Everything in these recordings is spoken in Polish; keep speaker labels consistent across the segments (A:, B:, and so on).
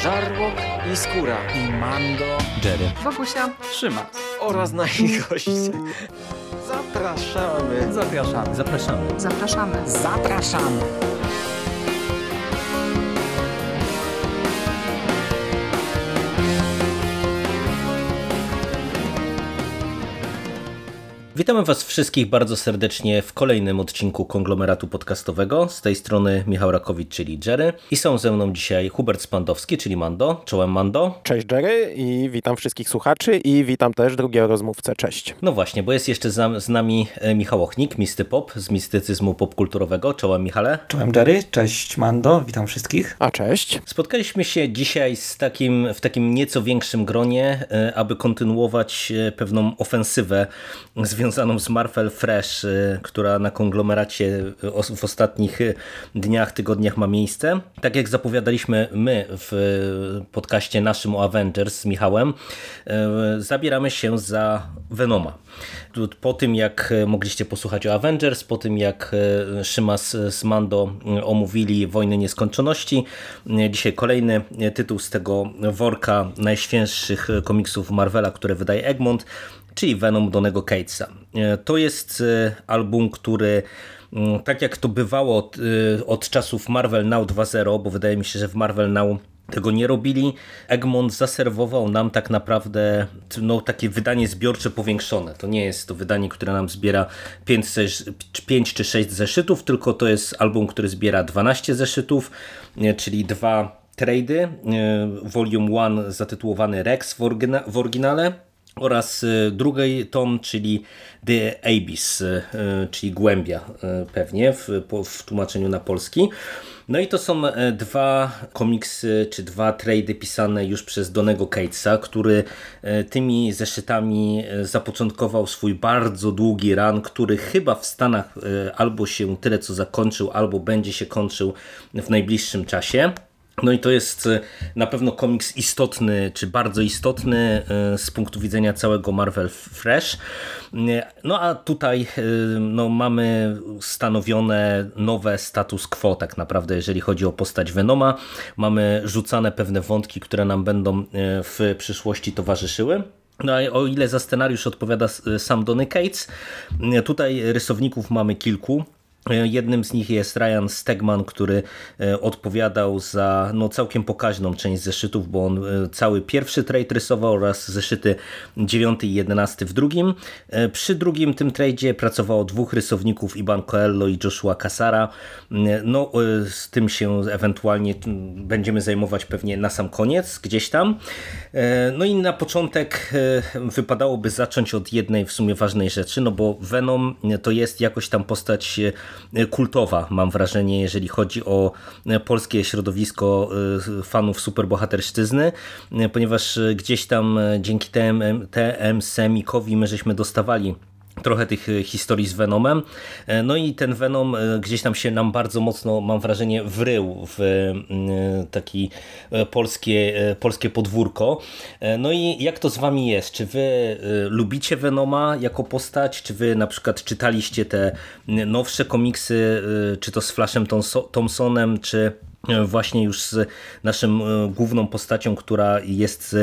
A: Żarłok i Skóra
B: i Mando,
C: Jerry,
D: Wokusia,
B: Szymas
A: oraz nasi goście. Zapraszamy.
B: Zapraszamy.
C: zapraszamy.
D: zapraszamy.
B: Zapraszamy.
C: Witamy Was wszystkich bardzo serdecznie w kolejnym odcinku konglomeratu podcastowego. Z tej strony Michał Rakowicz, czyli Jerry. I są ze mną dzisiaj Hubert Spandowski, czyli Mando. Czołem, Mando.
E: Cześć Jerry i witam wszystkich słuchaczy i witam też drugiego rozmówcę. Cześć.
C: No właśnie, bo jest jeszcze z nami Michał Ochnik, Misty Pop, z mistycyzmu popkulturowego. Czołem, Michale.
B: Czołem Jerry, cześć Mando, witam wszystkich.
E: A cześć.
C: Spotkaliśmy się dzisiaj w takim nieco większym gronie, aby kontynuować pewną ofensywę związaną z Marvel Fresh, która na konglomeracie w ostatnich dniach, tygodniach ma miejsce. Tak jak zapowiadaliśmy my w podcaście naszym o Avengers z Michałem, zabieramy się za Venoma. Po tym jak mogliście posłuchać o Avengers, po tym jak Szymas z Mando omówili Wojnę Nieskończoności, dzisiaj kolejny tytuł z tego worka najświeższych komiksów Marvela, które wydaje Egmont, czyli Venom Donnego Catesa. To jest album, który tak jak to bywało od czasów Marvel Now 2.0, bo wydaje mi się, że w Marvel Now tego nie robili, Egmont zaserwował nam tak naprawdę takie wydanie zbiorcze powiększone. To nie jest to wydanie, które nam zbiera 5 czy 6 zeszytów, tylko to jest album, który zbiera 12 zeszytów, czyli 2 trady. Volume 1 zatytułowany Rex w oryginale oraz drugi tom, czyli The Abyss, czyli Głębia pewnie w tłumaczeniu na polski. No i to są 2 komiksy, czy 2 trady pisane już przez Donego Catesa, który tymi zeszytami zapoczątkował swój bardzo długi run, który chyba w Stanach albo się tyle co zakończył, albo będzie się kończył w najbliższym czasie. No i to jest na pewno komiks istotny, czy bardzo istotny z punktu widzenia całego Marvel Fresh. No a tutaj mamy stanowione nowe status quo tak naprawdę, jeżeli chodzi o postać Venoma. Mamy rzucane pewne wątki, które nam będą w przyszłości towarzyszyły. No i o ile za scenariusz odpowiada sam Donny Cates, tutaj rysowników mamy kilku. Jednym z nich jest Ryan Stegman, który odpowiadał za całkiem pokaźną część zeszytów, bo on cały pierwszy trade rysował oraz zeszyty 9 i 11 w drugim. Przy drugim tym tradzie pracowało 2 rysowników, Iban Coelho i Joshua Cassara. No, z tym się ewentualnie będziemy zajmować pewnie na sam koniec, gdzieś tam. No i na początek wypadałoby zacząć od jednej w sumie ważnej rzeczy, no bo Venom to jest jakoś tam postać kultowa, mam wrażenie, jeżeli chodzi o polskie środowisko fanów superbohaterszczyzny, ponieważ gdzieś tam dzięki TM Semikowi my żeśmy dostawali trochę tych historii z Venomem. No i ten Venom gdzieś tam się nam bardzo mocno, mam wrażenie, wrył w taki polskie podwórko. No i jak to z wami jest? Czy wy lubicie Venoma jako postać? Czy wy na przykład czytaliście te nowsze komiksy, czy to z Flashem Thompsonem, czy właśnie już z naszą główną postacią, która jest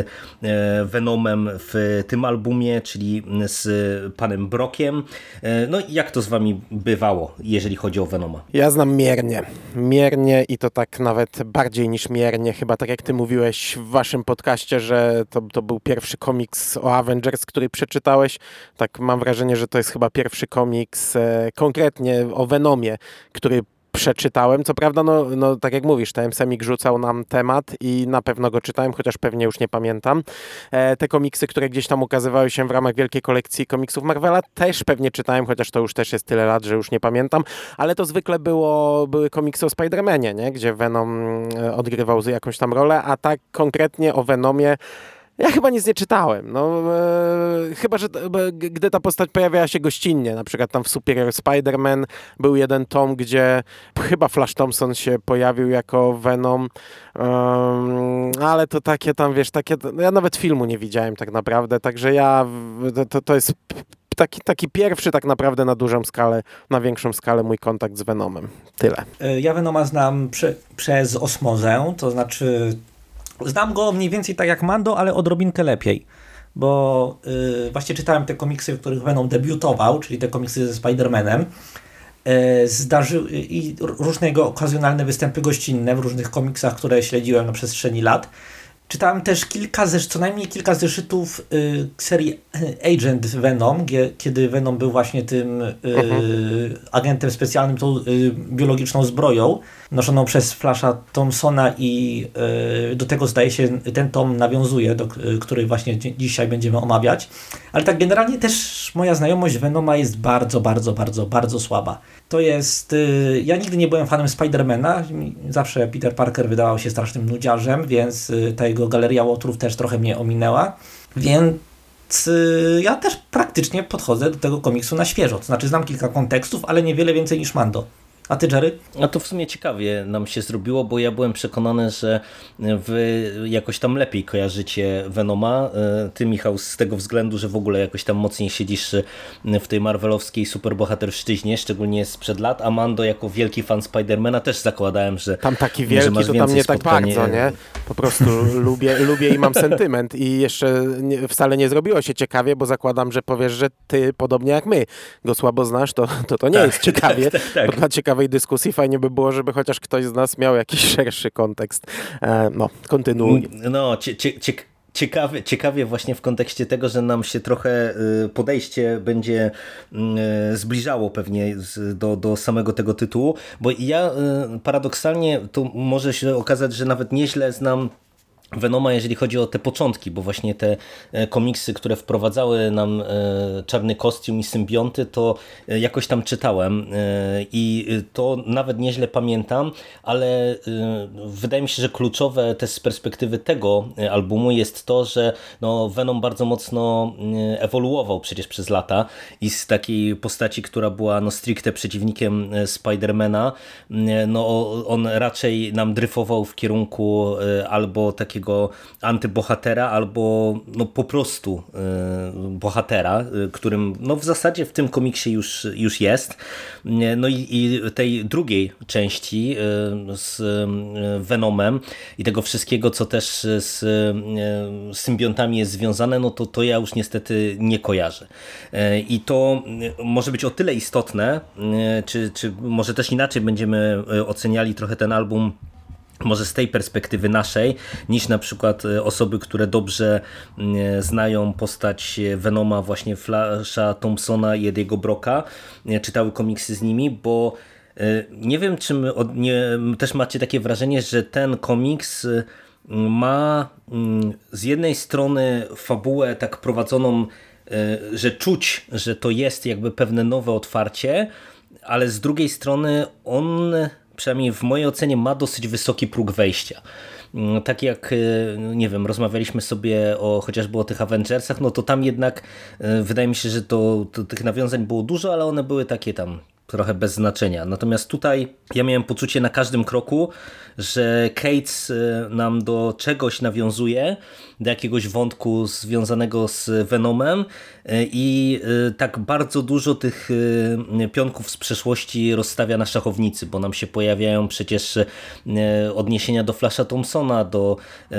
C: Venomem w tym albumie, czyli z panem Brockiem. No i jak to z wami bywało, jeżeli chodzi o Venoma?
E: Ja znam miernie i to tak nawet bardziej niż miernie, chyba tak jak ty mówiłeś w waszym podcaście, że to był pierwszy komiks o Avengers, który przeczytałeś. Tak mam wrażenie, że to jest chyba pierwszy komiks konkretnie o Venomie, który przeczytałem. Co prawda, no tak jak mówisz, TM Semik rzucał nam temat i na pewno go czytałem, chociaż pewnie już nie pamiętam. Te komiksy, które gdzieś tam ukazywały się w ramach wielkiej kolekcji komiksów Marvela, też pewnie czytałem, chociaż to już też jest tyle lat, że już nie pamiętam, ale to zwykle były komiksy o Spider-Manie, nie? Gdzie Venom odgrywał jakąś tam rolę, a tak konkretnie o Venomie ja chyba nic nie czytałem. Chyba, że gdy ta postać pojawiała się gościnnie, na przykład tam w Superior Spider-Man był jeden tom, gdzie chyba Flash Thompson się pojawił jako Venom, ale to takie tam, wiesz, ja nawet filmu nie widziałem tak naprawdę, także to jest taki pierwszy tak naprawdę na dużą skalę, na większą skalę mój kontakt z Venomem. Tyle.
B: Ja Venoma znam przez osmozę, to znaczy Znam go mniej więcej tak jak Mando, ale odrobinkę lepiej. Bo właśnie czytałem te komiksy, w których Venom debiutował, czyli te komiksy ze Spider-Manem. I różne jego okazjonalne występy gościnne w różnych komiksach, które śledziłem na przestrzeni lat. Czytałem też co najmniej kilka zeszytów serii Agent Venom, kiedy Venom był właśnie tym agentem specjalnym, tą biologiczną zbroją noszoną przez Flasha Thompsona i do tego zdaje się ten tom nawiązuje, który właśnie dzisiaj będziemy omawiać. Ale tak generalnie też moja znajomość Venoma jest bardzo, bardzo, bardzo, bardzo słaba. To jest... Ja nigdy nie byłem fanem Spidermana. Zawsze Peter Parker wydawał się strasznym nudziarzem, więc ta jego galeria łotrów też trochę mnie ominęła. Więc ja też praktycznie podchodzę do tego komiksu na świeżo. To znaczy znam kilka kontekstów, ale niewiele więcej niż Mando. A ty, Jerry?
C: A to w sumie ciekawie nam się zrobiło, bo ja byłem przekonany, że wy jakoś tam lepiej kojarzycie Venoma. Ty, Michał, z tego względu, że w ogóle jakoś tam mocniej siedzisz w tej marvelowskiej superbohaterszczyźnie, szczególnie sprzed lat. A Mando, jako wielki fan Spidermana, też zakładałem, że
E: tam taki wielki, to tam nie tak bardzo, nie? Po prostu lubię i mam sentyment. I jeszcze wcale nie zrobiło się ciekawie, bo zakładam, że powiesz, że ty, podobnie jak my, go słabo znasz, to nie jest ciekawie.
C: Tak.
E: Bo dla ciekawej dyskusji fajnie by było, żeby chociaż ktoś z nas miał jakiś szerszy kontekst. Kontynuuj.
C: No, ciekawie właśnie w kontekście tego, że nam się trochę podejście będzie zbliżało pewnie do samego tego tytułu, bo ja paradoksalnie to może się okazać, że nawet nieźle znam Venoma, jeżeli chodzi o te początki, bo właśnie te komiksy, które wprowadzały nam czarny kostium i symbionty, to jakoś tam czytałem i to nawet nieźle pamiętam, ale wydaje mi się, że kluczowe też z perspektywy tego albumu jest to, że no Venom bardzo mocno ewoluował przecież przez lata i z takiej postaci, która była no stricte przeciwnikiem Spidermana, no on raczej nam dryfował w kierunku albo takiego antybohatera, albo no po prostu bohatera, którym no w zasadzie w tym komiksie już jest. No i tej drugiej części z Venomem i tego wszystkiego, co też z symbiontami jest związane, no to ja już niestety nie kojarzę. I to może być o tyle istotne, czy może też inaczej będziemy oceniali trochę ten album, może z tej perspektywy naszej, niż na przykład osoby, które dobrze znają postać Venoma, właśnie Flasha Thompsona i Ediego Brocka, czytały komiksy z nimi, bo nie wiem, czy też macie takie wrażenie, że ten komiks ma z jednej strony fabułę tak prowadzoną, że czuć, że to jest jakby pewne nowe otwarcie, ale z drugiej strony on, przynajmniej w mojej ocenie, ma dosyć wysoki próg wejścia. Tak jak, nie wiem, rozmawialiśmy sobie chociażby o tych Avengersach, no to tam jednak wydaje mi się, że tych nawiązań było dużo, ale one były takie tam trochę bez znaczenia. Natomiast tutaj ja miałem poczucie na każdym kroku, że Cates nam do czegoś nawiązuje, do jakiegoś wątku związanego z Venomem i tak bardzo dużo tych pionków z przeszłości rozstawia na szachownicy, bo nam się pojawiają przecież odniesienia do Flasha Thompsona, do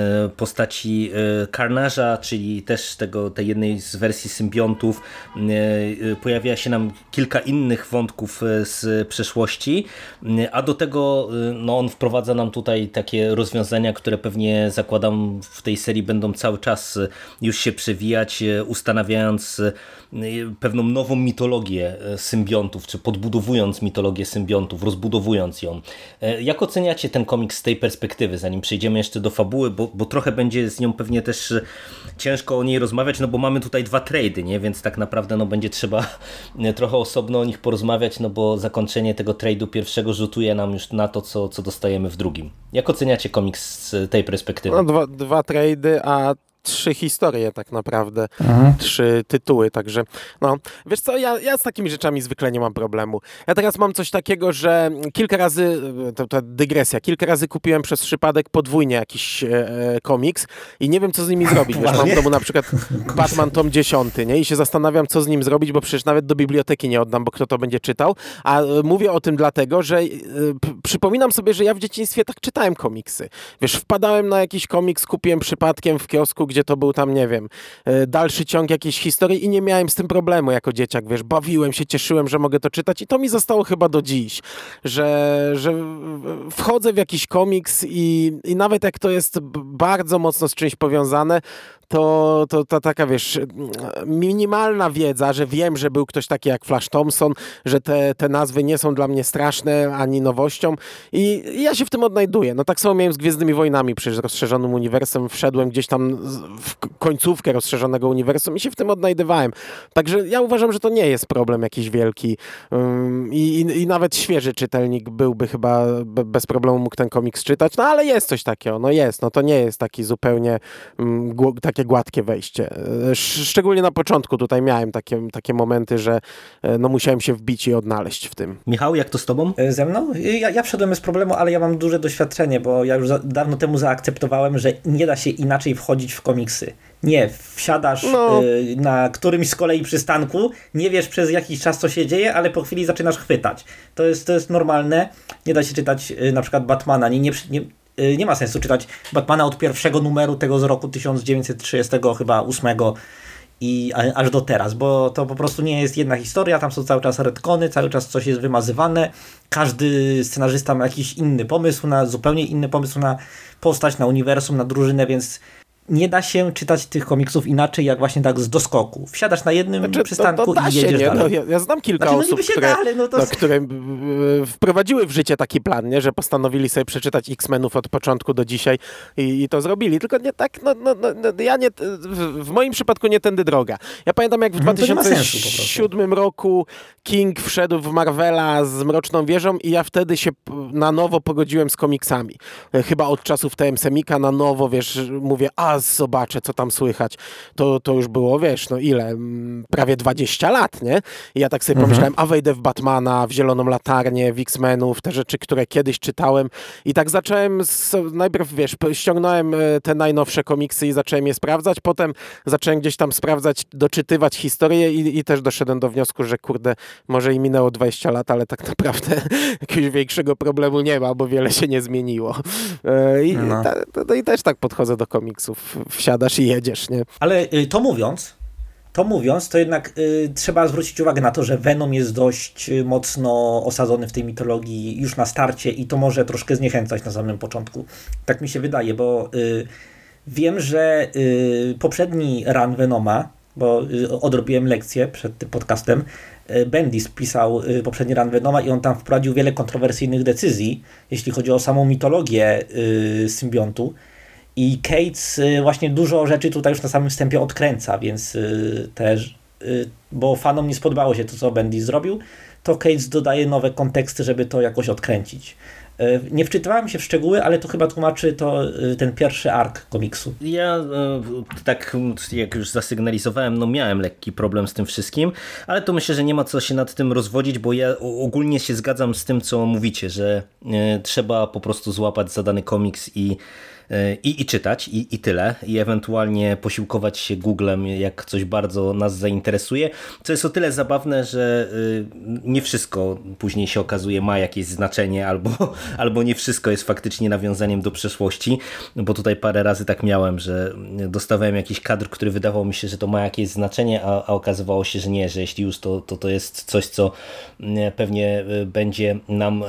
C: postaci Carnage'a, czyli też tej jednej z wersji symbiontów. Pojawia się nam kilka innych wątków z przeszłości, a do tego no, on wprowadza nam tutaj takie rozwiązania, które pewnie zakładam w tej serii będą cały czas już się przewijać, ustanawiając pewną nową mitologię symbiontów, czy podbudowując mitologię symbiontów, rozbudowując ją. Jak oceniacie ten komiks z tej perspektywy, zanim przejdziemy jeszcze do fabuły, bo trochę będzie z nią pewnie też ciężko o niej rozmawiać, no bo mamy tutaj 2 trady, nie? Więc tak naprawdę no, będzie trzeba trochę osobno o nich porozmawiać, no bo zakończenie tego trade'u pierwszego rzutuje nam już na to, co dostajemy w drugim. Jak oceniacie komiks z tej perspektywy?
E: No, dwa trady, a 3 historie tak naprawdę, 3 tytuły, także no, wiesz co, ja z takimi rzeczami zwykle nie mam problemu. Ja teraz mam coś takiego, że kilka razy, to dygresja, kilka razy kupiłem przez przypadek podwójnie jakiś komiks i nie wiem, co z nimi zrobić. Wiesz, mam w domu na przykład Batman tom 10, nie? I się zastanawiam, co z nim zrobić, bo przecież nawet do biblioteki nie oddam, bo kto to będzie czytał, a mówię o tym dlatego, że przypominam sobie, że ja w dzieciństwie tak czytałem komiksy. Wiesz, wpadałem na jakiś komiks, kupiłem przypadkiem w kiosku, gdzie to był tam, nie wiem, dalszy ciąg jakiejś historii i nie miałem z tym problemu jako dzieciak, wiesz, bawiłem się, cieszyłem, że mogę to czytać i to mi zostało chyba do dziś, że wchodzę w jakiś komiks i nawet jak to jest bardzo mocno z czymś powiązane, to taka, wiesz, minimalna wiedza, że wiem, że był ktoś taki jak Flash Thompson, że te nazwy nie są dla mnie straszne ani nowością i ja się w tym odnajduję. No tak samo miałem z Gwiezdnymi Wojnami, przecież rozszerzonym uniwersum, wszedłem gdzieś tam w końcówkę rozszerzonego uniwersum i się w tym odnajdywałem. Także ja uważam, że to nie jest problem jakiś wielki i nawet świeży czytelnik byłby chyba bez problemu mógł ten komiks czytać, no ale jest coś takiego, no jest, no to nie jest taki zupełnie takie gładkie wejście. Szczególnie na początku tutaj miałem takie momenty, że no musiałem się wbić i odnaleźć w tym.
C: Michał, jak to z tobą?
B: Ze mną? Ja wszedłem bez problemu, ale ja mam duże doświadczenie, bo ja już dawno temu zaakceptowałem, że nie da się inaczej wchodzić w komiksy. Nie, wsiadasz na którymś z kolei przystanku, nie wiesz przez jakiś czas, co się dzieje, ale po chwili zaczynasz chwytać. To jest normalne. Nie da się czytać na przykład Batmana. Nie ma sensu czytać Batmana od pierwszego numeru tego z roku 1938 i aż do teraz, bo to po prostu nie jest jedna historia, tam są cały czas retcony, cały czas coś jest wymazywane, każdy scenarzysta ma jakiś inny pomysł, zupełnie inny pomysł na postać, na uniwersum, na drużynę, więc nie da się czytać tych komiksów inaczej, jak właśnie tak z doskoku. Wsiadasz na jednym przystanku i jedziesz dalej.
E: No, ja znam kilka osób, które wprowadziły w życie taki plan, nie? Że postanowili sobie przeczytać X-Menów od początku do dzisiaj i to zrobili. Tylko nie tak, ja nie, w moim przypadku nie tędy droga. Ja pamiętam, jak w 2007 roku King wszedł w Marvela z Mroczną Wieżą i ja wtedy się na nowo pogodziłem z komiksami. Chyba od czasów TM Semika na nowo, wiesz, mówię, zobaczę, co tam słychać. To już było, wiesz, no ile? Prawie 20 lat, nie? I ja tak sobie pomyślałem, a wejdę w Batmana, w Zieloną Latarnię, w X-Menów, te rzeczy, które kiedyś czytałem. I tak zacząłem, najpierw, wiesz, ściągnąłem te najnowsze komiksy i zacząłem je sprawdzać, potem zacząłem gdzieś tam sprawdzać, doczytywać historię i też doszedłem do wniosku, że kurde, może i minęło 20 lat, ale tak naprawdę jakiegoś większego problemu nie ma, bo wiele się nie zmieniło. I też tak podchodzę do komiksów. Wsiadasz i jedziesz, nie?
B: Ale to mówiąc, to jednak trzeba zwrócić uwagę na to, że Venom jest dość mocno osadzony w tej mitologii już na starcie i to może troszkę zniechęcać na samym początku. Tak mi się wydaje, bo wiem, że poprzedni run Venoma, bo odrobiłem lekcję przed tym podcastem, Bendis pisał poprzedni run Venoma i on tam wprowadził wiele kontrowersyjnych decyzji, jeśli chodzi o samą mitologię symbiontu. I Cates właśnie dużo rzeczy tutaj już na samym wstępie odkręca, więc też, bo fanom nie spodobało się to, co Bendis zrobił, to Cates dodaje nowe konteksty, żeby to jakoś odkręcić. Nie wczytywałem się w szczegóły, ale to chyba tłumaczy to ten pierwszy ark komiksu.
C: Ja tak jak już zasygnalizowałem, no miałem lekki problem z tym wszystkim, ale to myślę, że nie ma co się nad tym rozwodzić, bo ja ogólnie się zgadzam z tym, co mówicie, że trzeba po prostu złapać zadany komiks i czytać i tyle. I ewentualnie posiłkować się Googlem, jak coś bardzo nas zainteresuje. Co jest o tyle zabawne, że nie wszystko później się okazuje ma jakieś znaczenie, albo nie wszystko jest faktycznie nawiązaniem do przeszłości, bo tutaj parę razy tak miałem, że dostawałem jakiś kadr, który wydawał mi się, że to ma jakieś znaczenie, a okazywało się, że nie, że jeśli już to jest coś, co pewnie będzie nam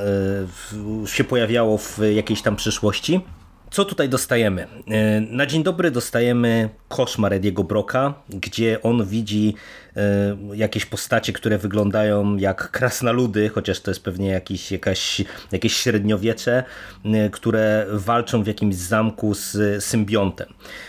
C: się pojawiało w jakiejś tam przyszłości. Co tutaj dostajemy? Na dzień dobry dostajemy koszmar Ediego Brocka, gdzie on widzi jakieś postacie, które wyglądają jak krasnoludy, chociaż to jest pewnie jakieś średniowiecze, które walczą w jakimś zamku z symbiontem.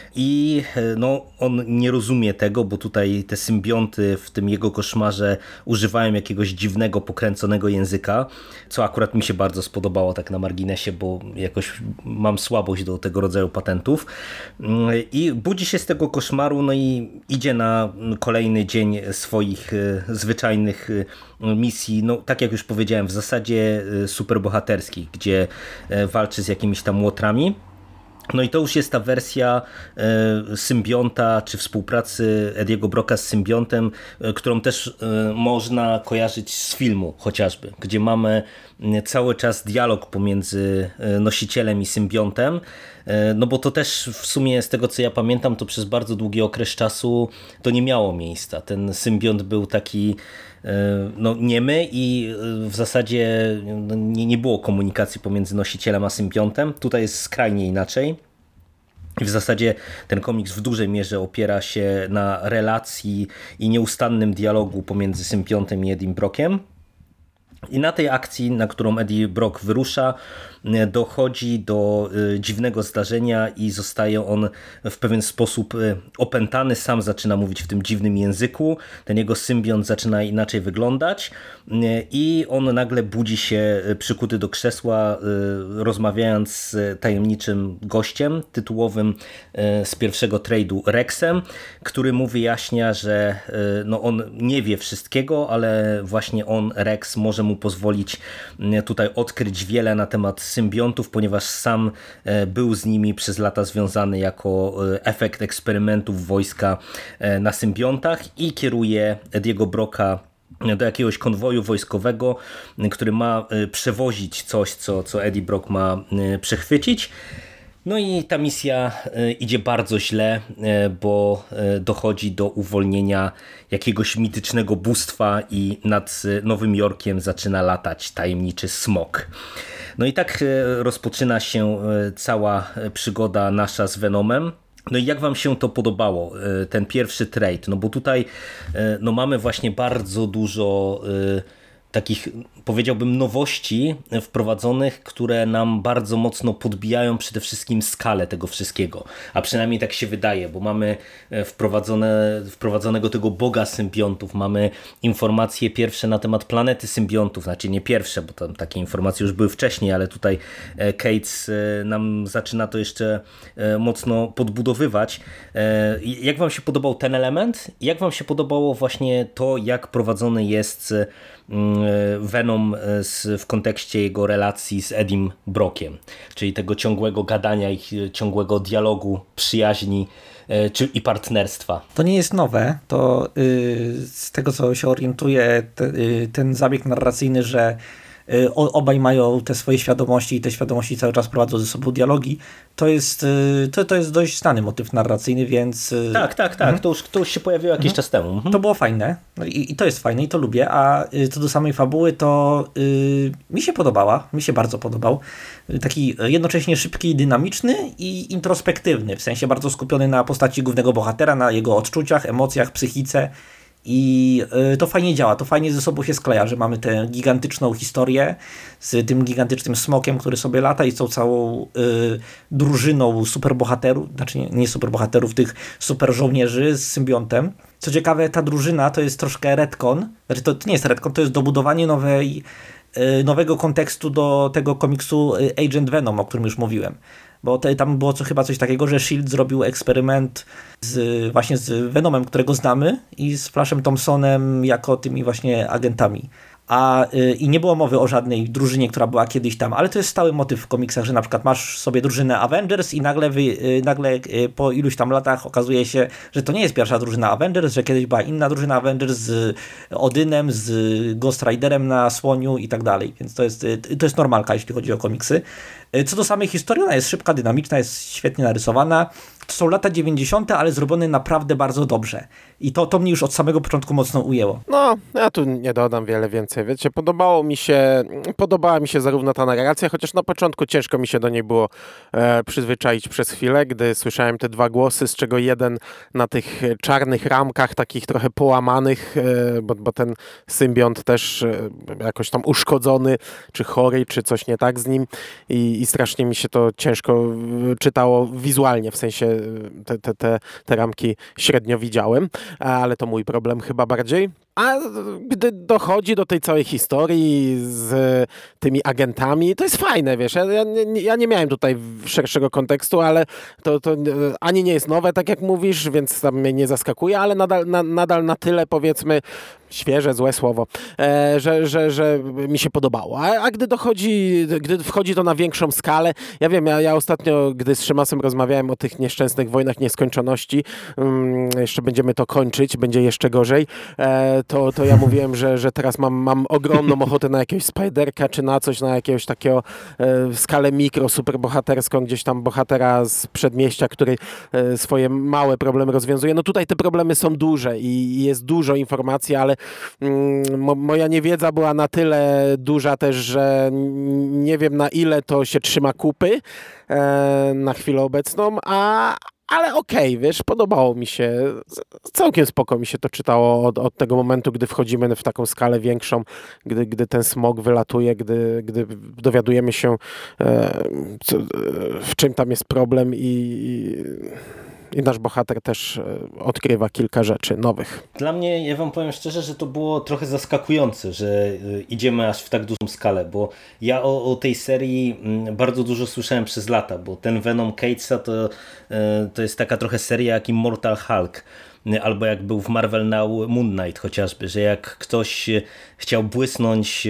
C: I no, on nie rozumie tego, bo tutaj te symbionty w tym jego koszmarze używają jakiegoś dziwnego, pokręconego języka, co akurat mi się bardzo spodobało tak na marginesie, bo jakoś mam słabość do tego rodzaju patentów. I budzi się z tego koszmaru, no i idzie na kolejny dzień swoich zwyczajnych misji, no tak jak już powiedziałem, w zasadzie superbohaterskich, gdzie walczy z jakimiś tam łotrami. No i to już jest ta wersja symbionta, czy współpracy Ediego Brocka z symbiontem, którą też można kojarzyć z filmu chociażby, gdzie mamy cały czas dialog pomiędzy nosicielem i symbiontem, no bo to też w sumie z tego co ja pamiętam, to przez bardzo długi okres czasu to nie miało miejsca. Ten symbiont był taki no, niemy i w zasadzie nie było komunikacji pomiędzy nosicielem a symbiontem. Tutaj jest skrajnie inaczej. I w zasadzie ten komiks w dużej mierze opiera się na relacji i nieustannym dialogu pomiędzy symbiontem i Edim Brockiem. I na tej akcji, na którą Eddie Brock wyrusza, dochodzi do dziwnego zdarzenia i zostaje on w pewien sposób opętany. Sam zaczyna mówić w tym dziwnym języku. Ten jego symbiont zaczyna inaczej wyglądać i on nagle budzi się przykuty do krzesła, rozmawiając z tajemniczym gościem tytułowym z pierwszego trade'u Rexem, który mu wyjaśnia, że no on nie wie wszystkiego, ale właśnie on, Rex, może mu pozwolić tutaj odkryć wiele na temat symbiontów, ponieważ sam był z nimi przez lata związany jako efekt eksperymentów wojska na symbiontach i kieruje Ediego Brocka do jakiegoś konwoju wojskowego, który ma przewozić coś, co Eddie Brock ma przechwycić. No i ta misja idzie bardzo źle, bo dochodzi do uwolnienia jakiegoś mitycznego bóstwa i nad Nowym Jorkiem zaczyna latać tajemniczy smok. No i tak rozpoczyna się cała przygoda nasza z Venomem. No i jak wam się to podobało, ten pierwszy trade? No bo tutaj no mamy właśnie bardzo dużo takich, powiedziałbym, nowości wprowadzonych, które nam bardzo mocno podbijają przede wszystkim skalę tego wszystkiego. A przynajmniej tak się wydaje, bo mamy wprowadzonego tego boga symbiontów, mamy informacje pierwsze na temat planety symbiontów, znaczy nie pierwsze, bo tam takie informacje już były wcześniej, ale tutaj Cates nam zaczyna to jeszcze mocno podbudowywać. Jak wam się podobał ten element? Jak wam się podobało właśnie to, jak prowadzony jest Venom w kontekście jego relacji z Edim Brockiem, czyli tego ciągłego gadania, ich ciągłego dialogu, przyjaźni i partnerstwa.
B: To nie jest nowe, to z tego co się orientuję, ten zabieg narracyjny, że obaj mają te swoje świadomości i te świadomości cały czas prowadzą ze sobą dialogi, to jest dość znany motyw narracyjny, więc...
C: Tak, to już się pojawiło jakiś czas temu.
B: To było fajne i to jest fajne i to lubię, a co do samej fabuły, to mi się podobała, mi się bardzo podobał. Taki jednocześnie szybki, dynamiczny i introspektywny, w sensie bardzo skupiony na postaci głównego bohatera, na jego odczuciach, emocjach, psychice. I to fajnie działa, to fajnie ze sobą się skleja, że mamy tę gigantyczną historię z tym gigantycznym smokiem, który sobie lata i z tą całą drużyną superbohaterów, znaczy nie superbohaterów, tych super żołnierzy z symbiontem. Co ciekawe, ta drużyna to jest troszkę retcon, znaczy to nie jest retcon, to jest dobudowanie nowego kontekstu do tego komiksu Agent Venom, o którym już mówiłem. Bo tam było chyba coś takiego, że S.H.I.E.L.D. zrobił eksperyment właśnie z Venomem, którego znamy, i z Flashem Thompsonem jako tymi właśnie agentami. I nie było mowy o żadnej drużynie, która była kiedyś tam, ale to jest stały motyw w komiksach, że na przykład masz sobie drużynę Avengers i nagle po iluś tam latach okazuje się, że to nie jest pierwsza drużyna Avengers, że kiedyś była inna drużyna Avengers z Odynem, z Ghost Riderem na słoniu i tak dalej, więc to jest normalka, jeśli chodzi o komiksy. Co do samej historii, ona jest szybka, dynamiczna, jest świetnie narysowana. To są lata 90., ale zrobione naprawdę bardzo dobrze. I to mnie już od samego początku mocno ujęło.
E: No, ja tu nie dodam wiele więcej. Wiecie, podobała mi się zarówno ta narracja, chociaż na początku ciężko mi się do niej było przyzwyczaić przez chwilę, gdy słyszałem te dwa głosy, z czego jeden na tych czarnych ramkach, takich trochę połamanych, bo ten symbiont też jakoś tam uszkodzony, czy chory, czy coś nie tak z nim. I strasznie mi się to ciężko czytało wizualnie, w sensie te ramki średnio widziałem, ale to mój problem chyba bardziej. A gdy dochodzi do tej całej historii z tymi agentami, to jest fajne, wiesz, ja nie miałem tutaj szerszego kontekstu, ale to ani nie jest nowe, tak jak mówisz, więc tam mnie nie zaskakuje, ale nadal na tyle, powiedzmy, świeże, złe słowo, że mi się podobało. A gdy wchodzi to na większą skalę, ja wiem, ja ostatnio, gdy z Szymasem rozmawiałem o tych nieszczęsnych wojnach nieskończoności, jeszcze będziemy to kończyć, będzie jeszcze gorzej, to ja mówiłem, że teraz mam ogromną ochotę na jakiegoś Spiderka, czy na coś, na jakiegoś takiego skalę mikro, superbohaterską, gdzieś tam bohatera z przedmieścia, który swoje małe problemy rozwiązuje. No tutaj te problemy są duże i jest dużo informacji, ale moja niewiedza była na tyle duża też, że nie wiem, na ile to się trzyma kupy na chwilę obecną, ale okej, wiesz, podobało mi się, całkiem spoko mi się to czytało od tego momentu, gdy wchodzimy w taką skalę większą, gdy ten smog wylatuje, gdy dowiadujemy się, w czym tam jest problem i nasz bohater też odkrywa kilka rzeczy nowych.
C: Dla mnie, ja wam powiem szczerze, że to było trochę zaskakujące, że idziemy aż w tak dużą skalę, bo ja o tej serii bardzo dużo słyszałem przez lata, bo ten Venom Catesa to jest taka trochę seria jak Immortal Hulk, albo jak był w Marvel Now Moon Knight chociażby, że jak ktoś chciał błysnąć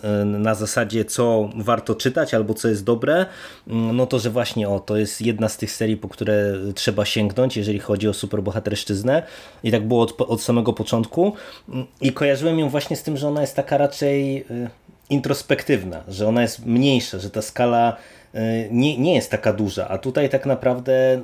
C: na zasadzie, co warto czytać albo co jest dobre, no to że właśnie to jest jedna z tych serii, po które trzeba sięgnąć, jeżeli chodzi o superbohaterszczyznę, i tak było od samego początku i kojarzyłem ją właśnie z tym, że ona jest taka raczej introspektywna, że ona jest mniejsza, że ta skala nie jest taka duża, a tutaj tak naprawdę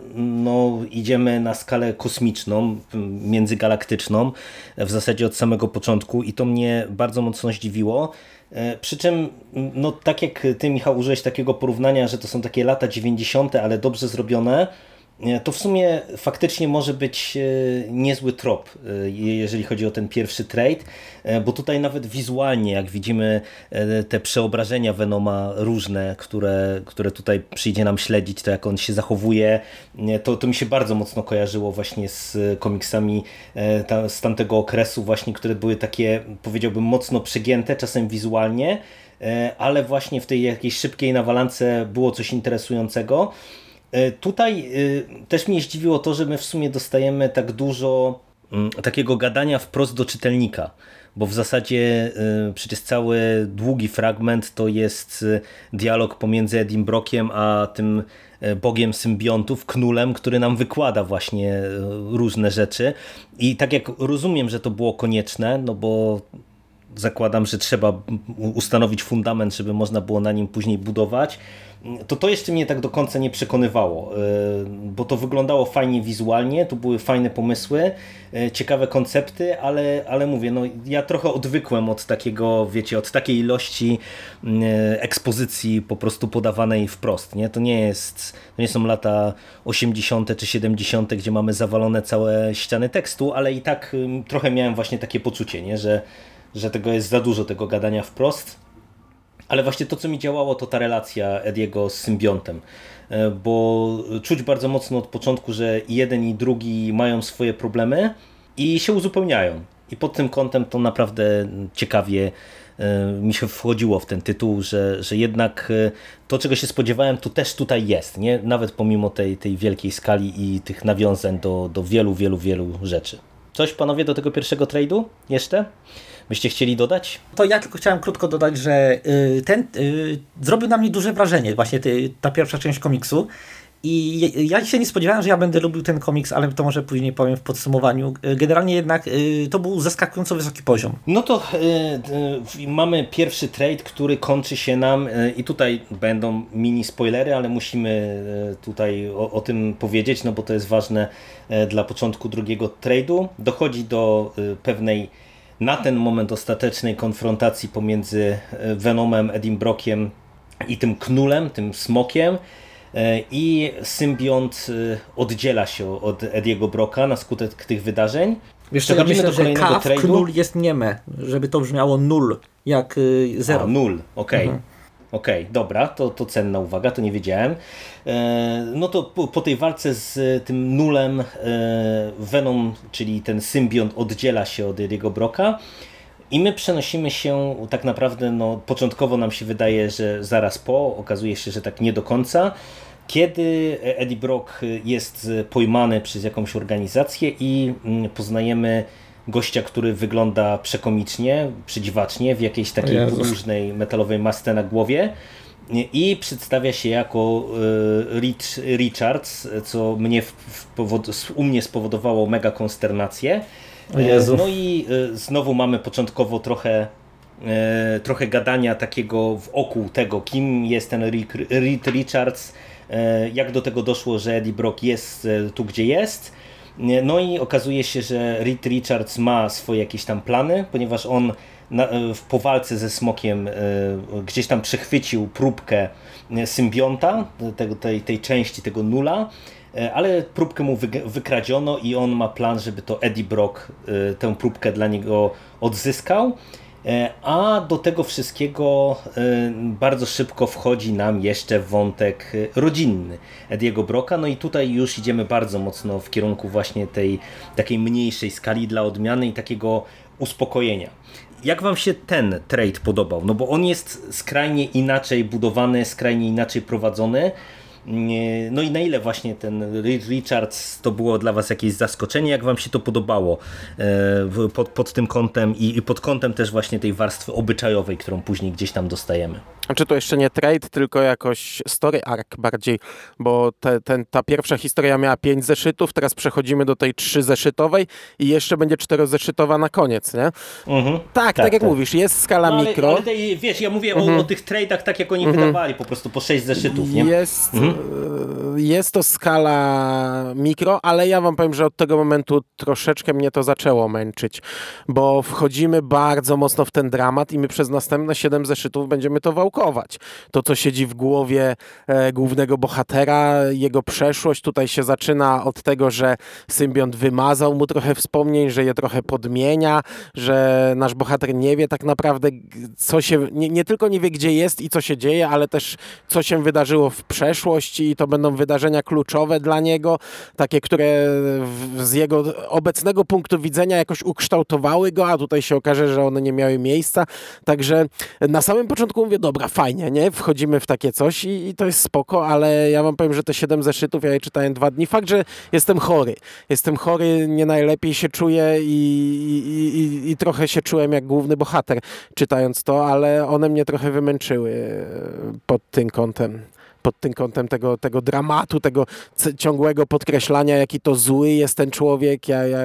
C: idziemy na skalę kosmiczną, międzygalaktyczną w zasadzie od samego początku i to mnie bardzo mocno zdziwiło. Przy czym, tak jak ty, Michał, użyłeś takiego porównania, że to są takie lata 90., ale dobrze zrobione, to w sumie faktycznie może być niezły trop, jeżeli chodzi o ten pierwszy trade, bo tutaj nawet wizualnie, jak widzimy te przeobrażenia Venoma różne, które tutaj przyjdzie nam śledzić, to jak on się zachowuje, to mi się bardzo mocno kojarzyło właśnie z komiksami z tamtego okresu właśnie, które były takie, powiedziałbym, mocno przegięte, czasem wizualnie, ale właśnie w tej jakiejś szybkiej nawalance było coś interesującego. Tutaj też mnie zdziwiło to, że my w sumie dostajemy tak dużo takiego gadania wprost do czytelnika, bo w zasadzie przecież cały długi fragment to jest dialog pomiędzy Edim Brockiem a tym bogiem symbiontów, Knulem, który nam wykłada właśnie różne rzeczy i tak jak rozumiem, że to było konieczne, no bo zakładam, że trzeba ustanowić fundament, żeby można było na nim później budować, to jeszcze mnie tak do końca nie przekonywało, bo to wyglądało fajnie wizualnie, tu były fajne pomysły, ciekawe koncepty, ale mówię, ja trochę odwykłem od takiego, wiecie, od takiej ilości ekspozycji po prostu podawanej wprost, nie? To nie są lata 80. czy 70., gdzie mamy zawalone całe ściany tekstu, ale i tak trochę miałem właśnie takie poczucie, nie? Że tego jest za dużo, tego gadania wprost. Ale właśnie to, co mi działało, to ta relacja Ediego z symbiontem, bo czuć bardzo mocno od początku, że i jeden i drugi mają swoje problemy i się uzupełniają. I pod tym kątem to naprawdę ciekawie mi się wchodziło w ten tytuł, że jednak to, czego się spodziewałem, to też tutaj jest, nie? Nawet pomimo tej wielkiej skali i tych nawiązań do wielu, wielu, wielu rzeczy. Coś, panowie, do tego pierwszego trade'u jeszcze byście chcieli dodać?
B: To ja tylko chciałem krótko dodać, że ten zrobił na mnie duże wrażenie, właśnie ta pierwsza część komiksu. I ja się nie spodziewałem, że ja będę lubił ten komiks, ale to może później powiem w podsumowaniu. Generalnie jednak to był zaskakująco wysoki poziom.
C: No to mamy pierwszy trade, który kończy się nam i tutaj będą mini spoilery, ale musimy tutaj o tym powiedzieć, no bo to jest ważne dla początku drugiego trade'u. Dochodzi do pewnej na ten moment ostatecznej konfrontacji pomiędzy Venomem, Edim Brockiem i tym Knulem, tym smokiem, i symbiont oddziela się od Ediego Brocka na skutek tych wydarzeń.
B: Wiesz co, ja myślę, że K w Knul jest nieme, żeby to brzmiało nul, jak zero.
C: Nul, okej. Okej, dobra, to cenna uwaga, to nie wiedziałem. No to po tej walce z tym nulem Venom, czyli ten symbiont, oddziela się od Ediego Brocka i my przenosimy się tak naprawdę, no początkowo nam się wydaje, że zaraz po, okazuje się, że tak nie do końca, kiedy Eddie Brock jest pojmany przez jakąś organizację i poznajemy gościa, który wygląda przekomicznie, przedziwacznie, w jakiejś takiej różnej metalowej masce na głowie i przedstawia się jako Reed Richards, co u mnie spowodowało mega konsternację. No i znowu mamy początkowo trochę gadania takiego wokół tego, kim jest ten Reed Richards, jak do tego doszło, że Eddie Brock jest tu, gdzie jest. No i okazuje się, że Reed Richards ma swoje jakieś tam plany, ponieważ on po walce ze Smokiem gdzieś tam przechwycił próbkę symbionta, tej części, tego nula, ale próbkę mu wykradziono i on ma plan, żeby to Eddie Brock tę próbkę dla niego odzyskał. A do tego wszystkiego bardzo szybko wchodzi nam jeszcze wątek rodzinny Ediego Brocka, no i tutaj już idziemy bardzo mocno w kierunku właśnie tej takiej mniejszej skali dla odmiany i takiego uspokojenia. Jak wam się ten trade podobał? No bo on jest skrajnie inaczej budowany, skrajnie inaczej prowadzony. No i na ile właśnie ten Richards to było dla was jakieś zaskoczenie, jak wam się to podobało pod tym kątem i pod kątem też właśnie tej warstwy obyczajowej, którą później gdzieś tam dostajemy?
E: Czy to jeszcze nie trade, tylko jakoś story arc bardziej, bo ta pierwsza historia miała 5 zeszytów, teraz przechodzimy do tej 3-zeszytowej i jeszcze będzie 4-zeszytowa na koniec, nie? Tak jak mówisz, jest skala
C: no,
E: mikro.
C: Ale wiesz, ja mówię o tych trade'ach tak jak oni wydawali, po prostu po 6 zeszytów, nie?
E: Jest to skala mikro, ale ja wam powiem, że od tego momentu troszeczkę mnie to zaczęło męczyć, bo wchodzimy bardzo mocno w ten dramat i my przez następne 7 zeszytów będziemy to wałkować. To, co siedzi w głowie głównego bohatera, jego przeszłość, tutaj się zaczyna od tego, że symbiont wymazał mu trochę wspomnień, że je trochę podmienia, że nasz bohater nie wie tak naprawdę, co się, nie tylko nie wie, gdzie jest i co się dzieje, ale też co się wydarzyło w przeszłości i to będą wydarzenia kluczowe dla niego, takie, które z jego obecnego punktu widzenia jakoś ukształtowały go, a tutaj się okaże, że one nie miały miejsca. Także na samym początku mówię, dobra, fajnie, nie? Wchodzimy w takie coś i to jest spoko, ale ja wam powiem, że te 7 zeszytów, ja je czytałem 2 dni. Fakt, że jestem chory, nie najlepiej się czuję i trochę się czułem jak główny bohater czytając to, ale one mnie trochę wymęczyły pod tym kątem tego dramatu, tego ciągłego podkreślania, jaki to zły jest ten człowiek,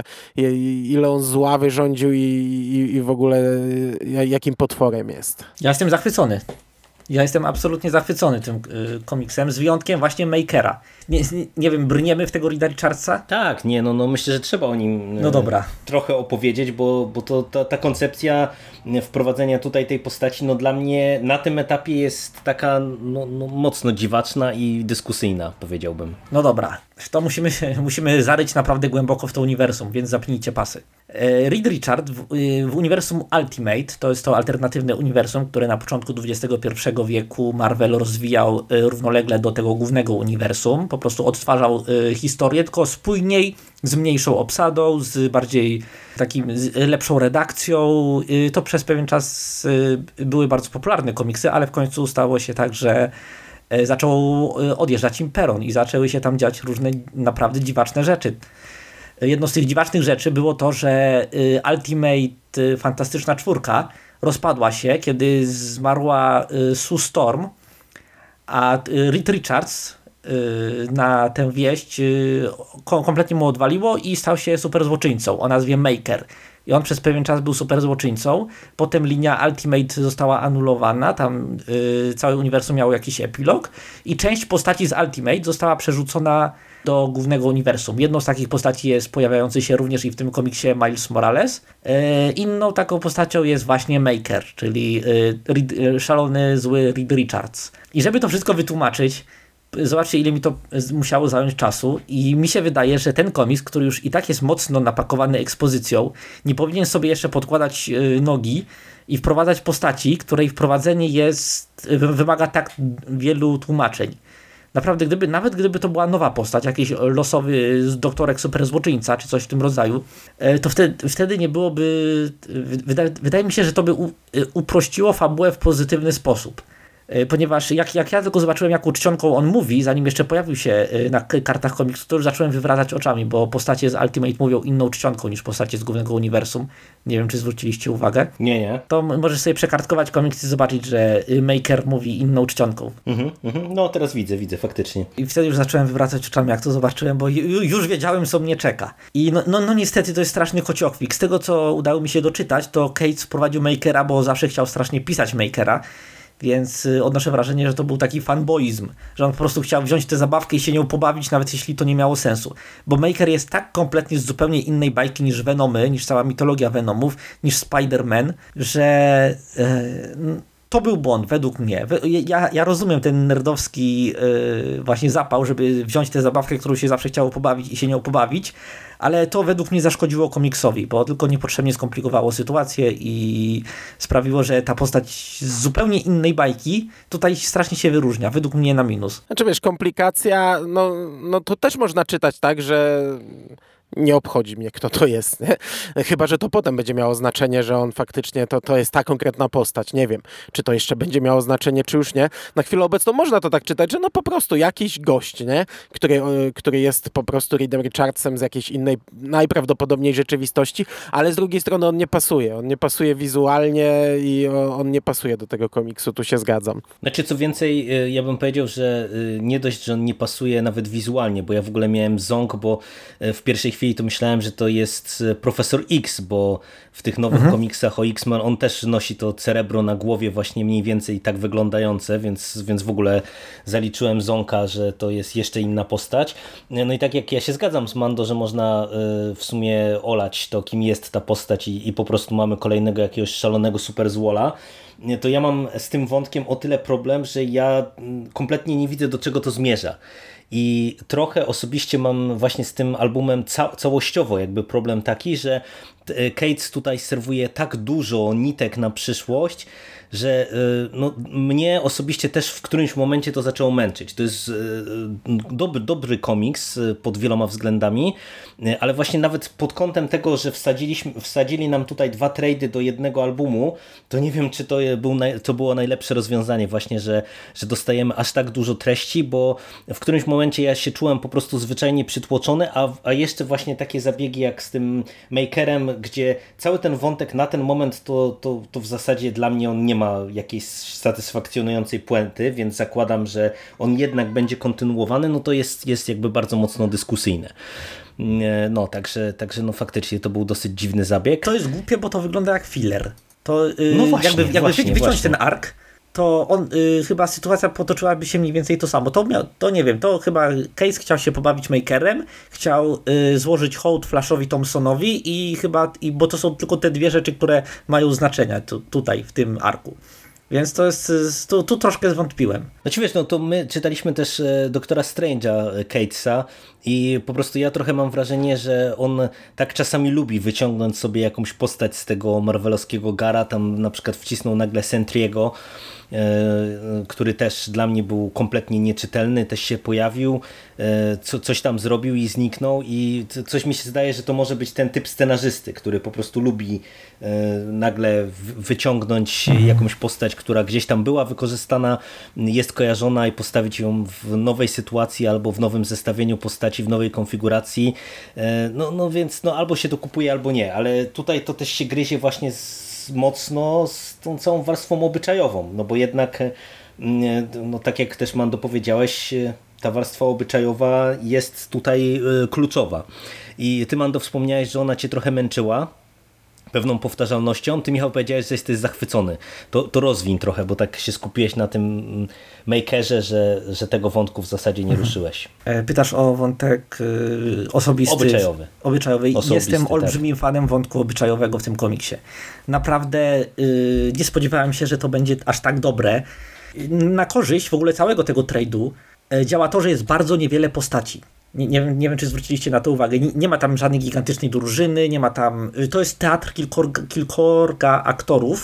E: ile on zła wyrządził i w ogóle jakim potworem jest.
B: Ja jestem zachwycony. Ja jestem absolutnie zachwycony tym komiksem, z wyjątkiem właśnie Makera. Nie wiem, brniemy w tego Reeda Richardsa?
C: Tak, no myślę, że trzeba o nim trochę opowiedzieć, bo ta koncepcja wprowadzenia tutaj tej postaci, no dla mnie na tym etapie jest taka mocno dziwaczna i dyskusyjna, powiedziałbym.
B: No dobra, to musimy zaryć naprawdę głęboko w to uniwersum, więc zapnijcie pasy. Reed Richard w uniwersum Ultimate, to jest to alternatywne uniwersum, które na początku XXI wieku Marvel rozwijał równolegle do tego głównego uniwersum. Po prostu odtwarzał historię, tylko spójniej, z mniejszą obsadą, z bardziej lepszą redakcją. To przez pewien czas były bardzo popularne komiksy, ale w końcu stało się tak, że zaczął odjeżdżać im peron i zaczęły się tam dziać różne naprawdę dziwaczne rzeczy. Jedną z tych dziwacznych rzeczy było to, że Ultimate Fantastyczna Czwórka rozpadła się, kiedy zmarła Sue Storm, a Reed Richards na tę wieść kompletnie mu odwaliło i stał się super złoczyńcą o nazwie Maker. I on przez pewien czas był super złoczyńcą. Potem linia Ultimate została anulowana, tam całe uniwersum miało jakiś epilog i część postaci z Ultimate została przerzucona do głównego uniwersum. Jedną z takich postaci jest pojawiający się również i w tym komiksie Miles Morales. Inną taką postacią jest właśnie Maker, czyli szalony, zły Reed Richards. I żeby to wszystko wytłumaczyć, zobaczcie, ile mi to musiało zająć czasu i mi się wydaje, że ten komiks, który już i tak jest mocno napakowany ekspozycją, nie powinien sobie jeszcze podkładać nogi i wprowadzać postaci, której wprowadzenie wymaga tak wielu tłumaczeń. Naprawdę, nawet gdyby to była nowa postać, jakiś losowy doktorek superzłoczyńca, czy coś w tym rodzaju, to wtedy nie byłoby... Wydaje mi się, że to by uprościło fabułę w pozytywny sposób. Ponieważ jak ja tylko zobaczyłem, jaką czcionką on mówi, zanim jeszcze pojawił się na kartach komiksu, to już zacząłem wywracać oczami, bo postacie z Ultimate mówią inną czcionką niż postacie z głównego uniwersum. Nie wiem, czy zwróciliście uwagę.
C: Nie.
B: To możesz sobie przekartkować komiks i zobaczyć, że Maker mówi inną czcionką.
C: No teraz widzę faktycznie.
B: I wtedy już zacząłem wywracać oczami, jak to zobaczyłem, bo już wiedziałem, co mnie czeka. I no niestety to jest straszny kociokwik. Z tego, co udało mi się doczytać, to Cates wprowadził Makera, bo zawsze chciał strasznie pisać Makera. Więc odnoszę wrażenie, że to był taki fanboizm, że on po prostu chciał wziąć tę zabawkę i się nią pobawić, nawet jeśli to nie miało sensu. Bo Maker jest tak kompletnie z zupełnie innej bajki niż Venomy, niż cała mitologia Venomów, niż Spider-Man, że to był błąd według mnie. Ja rozumiem ten nerdowski właśnie zapał, żeby wziąć tę zabawkę, którą się zawsze chciało pobawić i się nią pobawić, ale to według mnie zaszkodziło komiksowi, bo tylko niepotrzebnie skomplikowało sytuację i sprawiło, że ta postać z zupełnie innej bajki tutaj strasznie się wyróżnia, według mnie na minus.
E: Znaczy wiesz, komplikacja, no to też można czytać tak, że nie obchodzi mnie, kto to jest. Nie? Chyba że to potem będzie miało znaczenie, że on faktycznie to jest ta konkretna postać. Nie wiem, czy to jeszcze będzie miało znaczenie, czy już nie. Na chwilę obecną można to tak czytać, że no po prostu jakiś gość, nie? Który jest po prostu Reedem Richardsem z jakiejś innej, najprawdopodobniej rzeczywistości, ale z drugiej strony on nie pasuje. On nie pasuje wizualnie i on nie pasuje do tego komiksu, tu się zgadzam.
C: Znaczy, co więcej, ja bym powiedział, że nie dość, że on nie pasuje nawet wizualnie, bo ja w ogóle miałem ząg, bo w pierwszej chwili to myślałem, że to jest Profesor X, bo w tych nowych komiksach o X-Men on też nosi to cerebro na głowie właśnie mniej więcej tak wyglądające, więc w ogóle zaliczyłem ząka, że to jest jeszcze inna postać. No i tak jak ja się zgadzam z Mando, że można w sumie olać to, kim jest ta postać i po prostu mamy kolejnego jakiegoś szalonego superzłola, to ja mam z tym wątkiem o tyle problem, że ja kompletnie nie widzę, do czego to zmierza. I trochę osobiście mam właśnie z tym albumem całościowo jakby problem taki, że Cates tutaj serwuje tak dużo nitek na przyszłość, że no, mnie osobiście też w którymś momencie to zaczęło męczyć. To jest dobry komiks pod wieloma względami, ale właśnie nawet pod kątem tego, że wsadzili nam tutaj 2 trady do jednego albumu, to nie wiem, czy to było najlepsze rozwiązanie właśnie, że dostajemy aż tak dużo treści, bo w którymś momencie ja się czułem po prostu zwyczajnie przytłoczony, a jeszcze właśnie takie zabiegi jak z tym Makerem, gdzie cały ten wątek na ten moment to w zasadzie dla mnie on nie ma jakiejś satysfakcjonującej puenty, więc zakładam, że on jednak będzie kontynuowany, no to jest jakby bardzo mocno dyskusyjne. No, także no faktycznie to był dosyć dziwny zabieg.
B: To jest głupie, bo to wygląda jak filler. To
C: no właśnie,
B: jakby wyciąć
C: właśnie
B: ten ark, to on chyba sytuacja potoczyłaby się mniej więcej to samo. To nie wiem, to chyba Case chciał się pobawić Makerem, chciał złożyć hołd Flashowi Thompsonowi bo to są tylko te 2 rzeczy, które mają znaczenie tutaj w tym arku. Więc to jest, tu troszkę zwątpiłem.
C: Znaczy wiesz, no to my czytaliśmy też Doktora Strange'a Catesa i po prostu ja trochę mam wrażenie, że on tak czasami lubi wyciągnąć sobie jakąś postać z tego marvelowskiego gara, tam na przykład wcisnął nagle Sentry'ego, który też dla mnie był kompletnie nieczytelny, też się pojawił, coś tam zrobił i zniknął i coś mi się zdaje, że to może być ten typ scenarzysty, który po prostu lubi nagle wyciągnąć jakąś postać, która gdzieś tam była wykorzystana, jest kojarzona i postawić ją w nowej sytuacji albo w nowym zestawieniu postaci, w nowej konfiguracji. No więc no, albo się to kupuje, albo nie, ale tutaj to też się gryzie właśnie mocno z tą całą warstwą obyczajową, no bo jednak no tak jak też Mando powiedziałeś, ta warstwa obyczajowa jest tutaj kluczowa. I ty, Mando, wspomniałeś, że ona cię trochę męczyła pewną powtarzalnością. Ty, Michał, powiedziałeś, że jesteś zachwycony. To rozwiń trochę, bo tak się skupiłeś na tym Makerze, że tego wątku w zasadzie nie ruszyłeś.
B: Pytasz o wątek osobisty. Obyczajowy. Jestem olbrzymim fanem wątku obyczajowego w tym komiksie. Naprawdę nie spodziewałem się, że to będzie aż tak dobre. Na korzyść w ogóle całego tego trade'u działa to, że jest bardzo niewiele postaci. Nie wiem, czy zwróciliście na to uwagę. Nie ma tam żadnej gigantycznej drużyny, nie ma tam... To jest teatr kilkorga aktorów